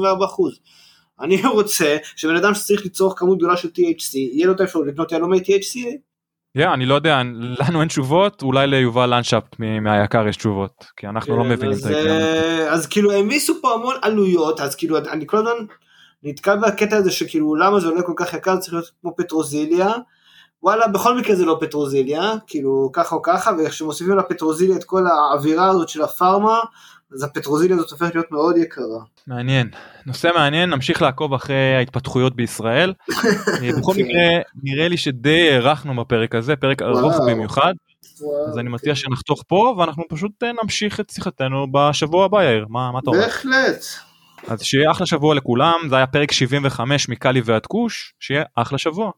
אני רוצה שבן אדם שצריך לצורך כמות גדולה של THC, יהיה לו את האפשרות לקנות יהלומי THC? אני לא יודע, לנו אין תשובות, אולי ליובל לנדשפט מהיקר יש תשובות, כי אנחנו לא מבינים את זה. אז כאילו, הם מיסו פה המון עלויות, אז כאילו, אני כל הזמן נתקל בקטע הזה שכאילו למה זה עולה כל כך יקר, צריך להיות כמו פטרוזיליה, וואלה בכל מקרה זה לא פטרוזיליה, כאילו ככה או ככה, וכשמוסיפים לפטרוזיליה את כל האווירה הזאת של הפארמה, אז הפטרוזיליה הזאת הופכת להיות מאוד יקרה. מעניין, נושא מעניין, נמשיך לעקוב אחרי ההתפתחויות בישראל, בכל מקרה נראה לי שדי ערכנו בפרק הזה, פרק ארוך במיוחד, אז אני מציע שנחתוך פה, ואנחנו פשוט נמשיך את שיחתנו בשבוע הבא, יאיר, מה אתה אומר? בהחלט. אז שיהיה אחלה שבוע לכולם, זה היה פרק 75 מקלי ועד כוש, שיהיה אחלה שבוע.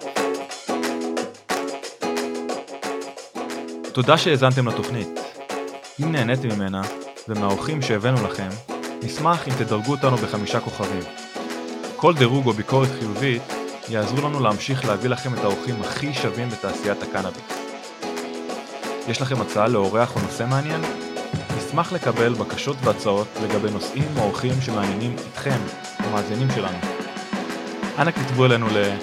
תודה שהאזנתם לתוכנית. אם נהניתם ממנה, ומהאורחים שהבאנו לכם, נשמח אם תדרגו אותנו ב5 כוכבים. כל דירוג או ביקורת חיובית יעזרו לנו להמשיך להביא לכם את האורחים הכי שווים בתעשיית הקנאביס. יש לכם הצעה לאורח או נושא מעניין? נשמח לקבל בקשות והצעות לגבי נושאים או אורחים שמעניינים אתכם, המאזינים שלנו. אנא כתבו אלינו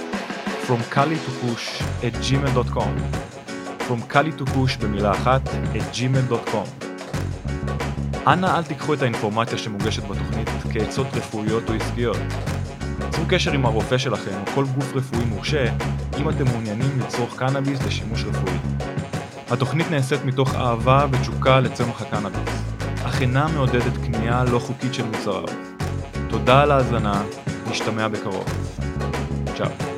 fromcali2push@gmail.com fromcali2push במילה אחת @gmail.com. אנא אל תיקחו את האינפורמציה שמוגשת בתוכנית כעצות רפואיות או עסקיות. צרו קשר עם הרופא שלכם או כל גוף רפואי מורשה אם אתם מעוניינים לצרוך קנאביס לשימוש רפואי. התוכנית נעשית מתוך אהבה ותשוקה לצמח הקנאביס, אך אינה מעודדת קנייה לא חוקית של מוצריו. תודה על ההאזנה, נשתמע בקרוב. צ'או.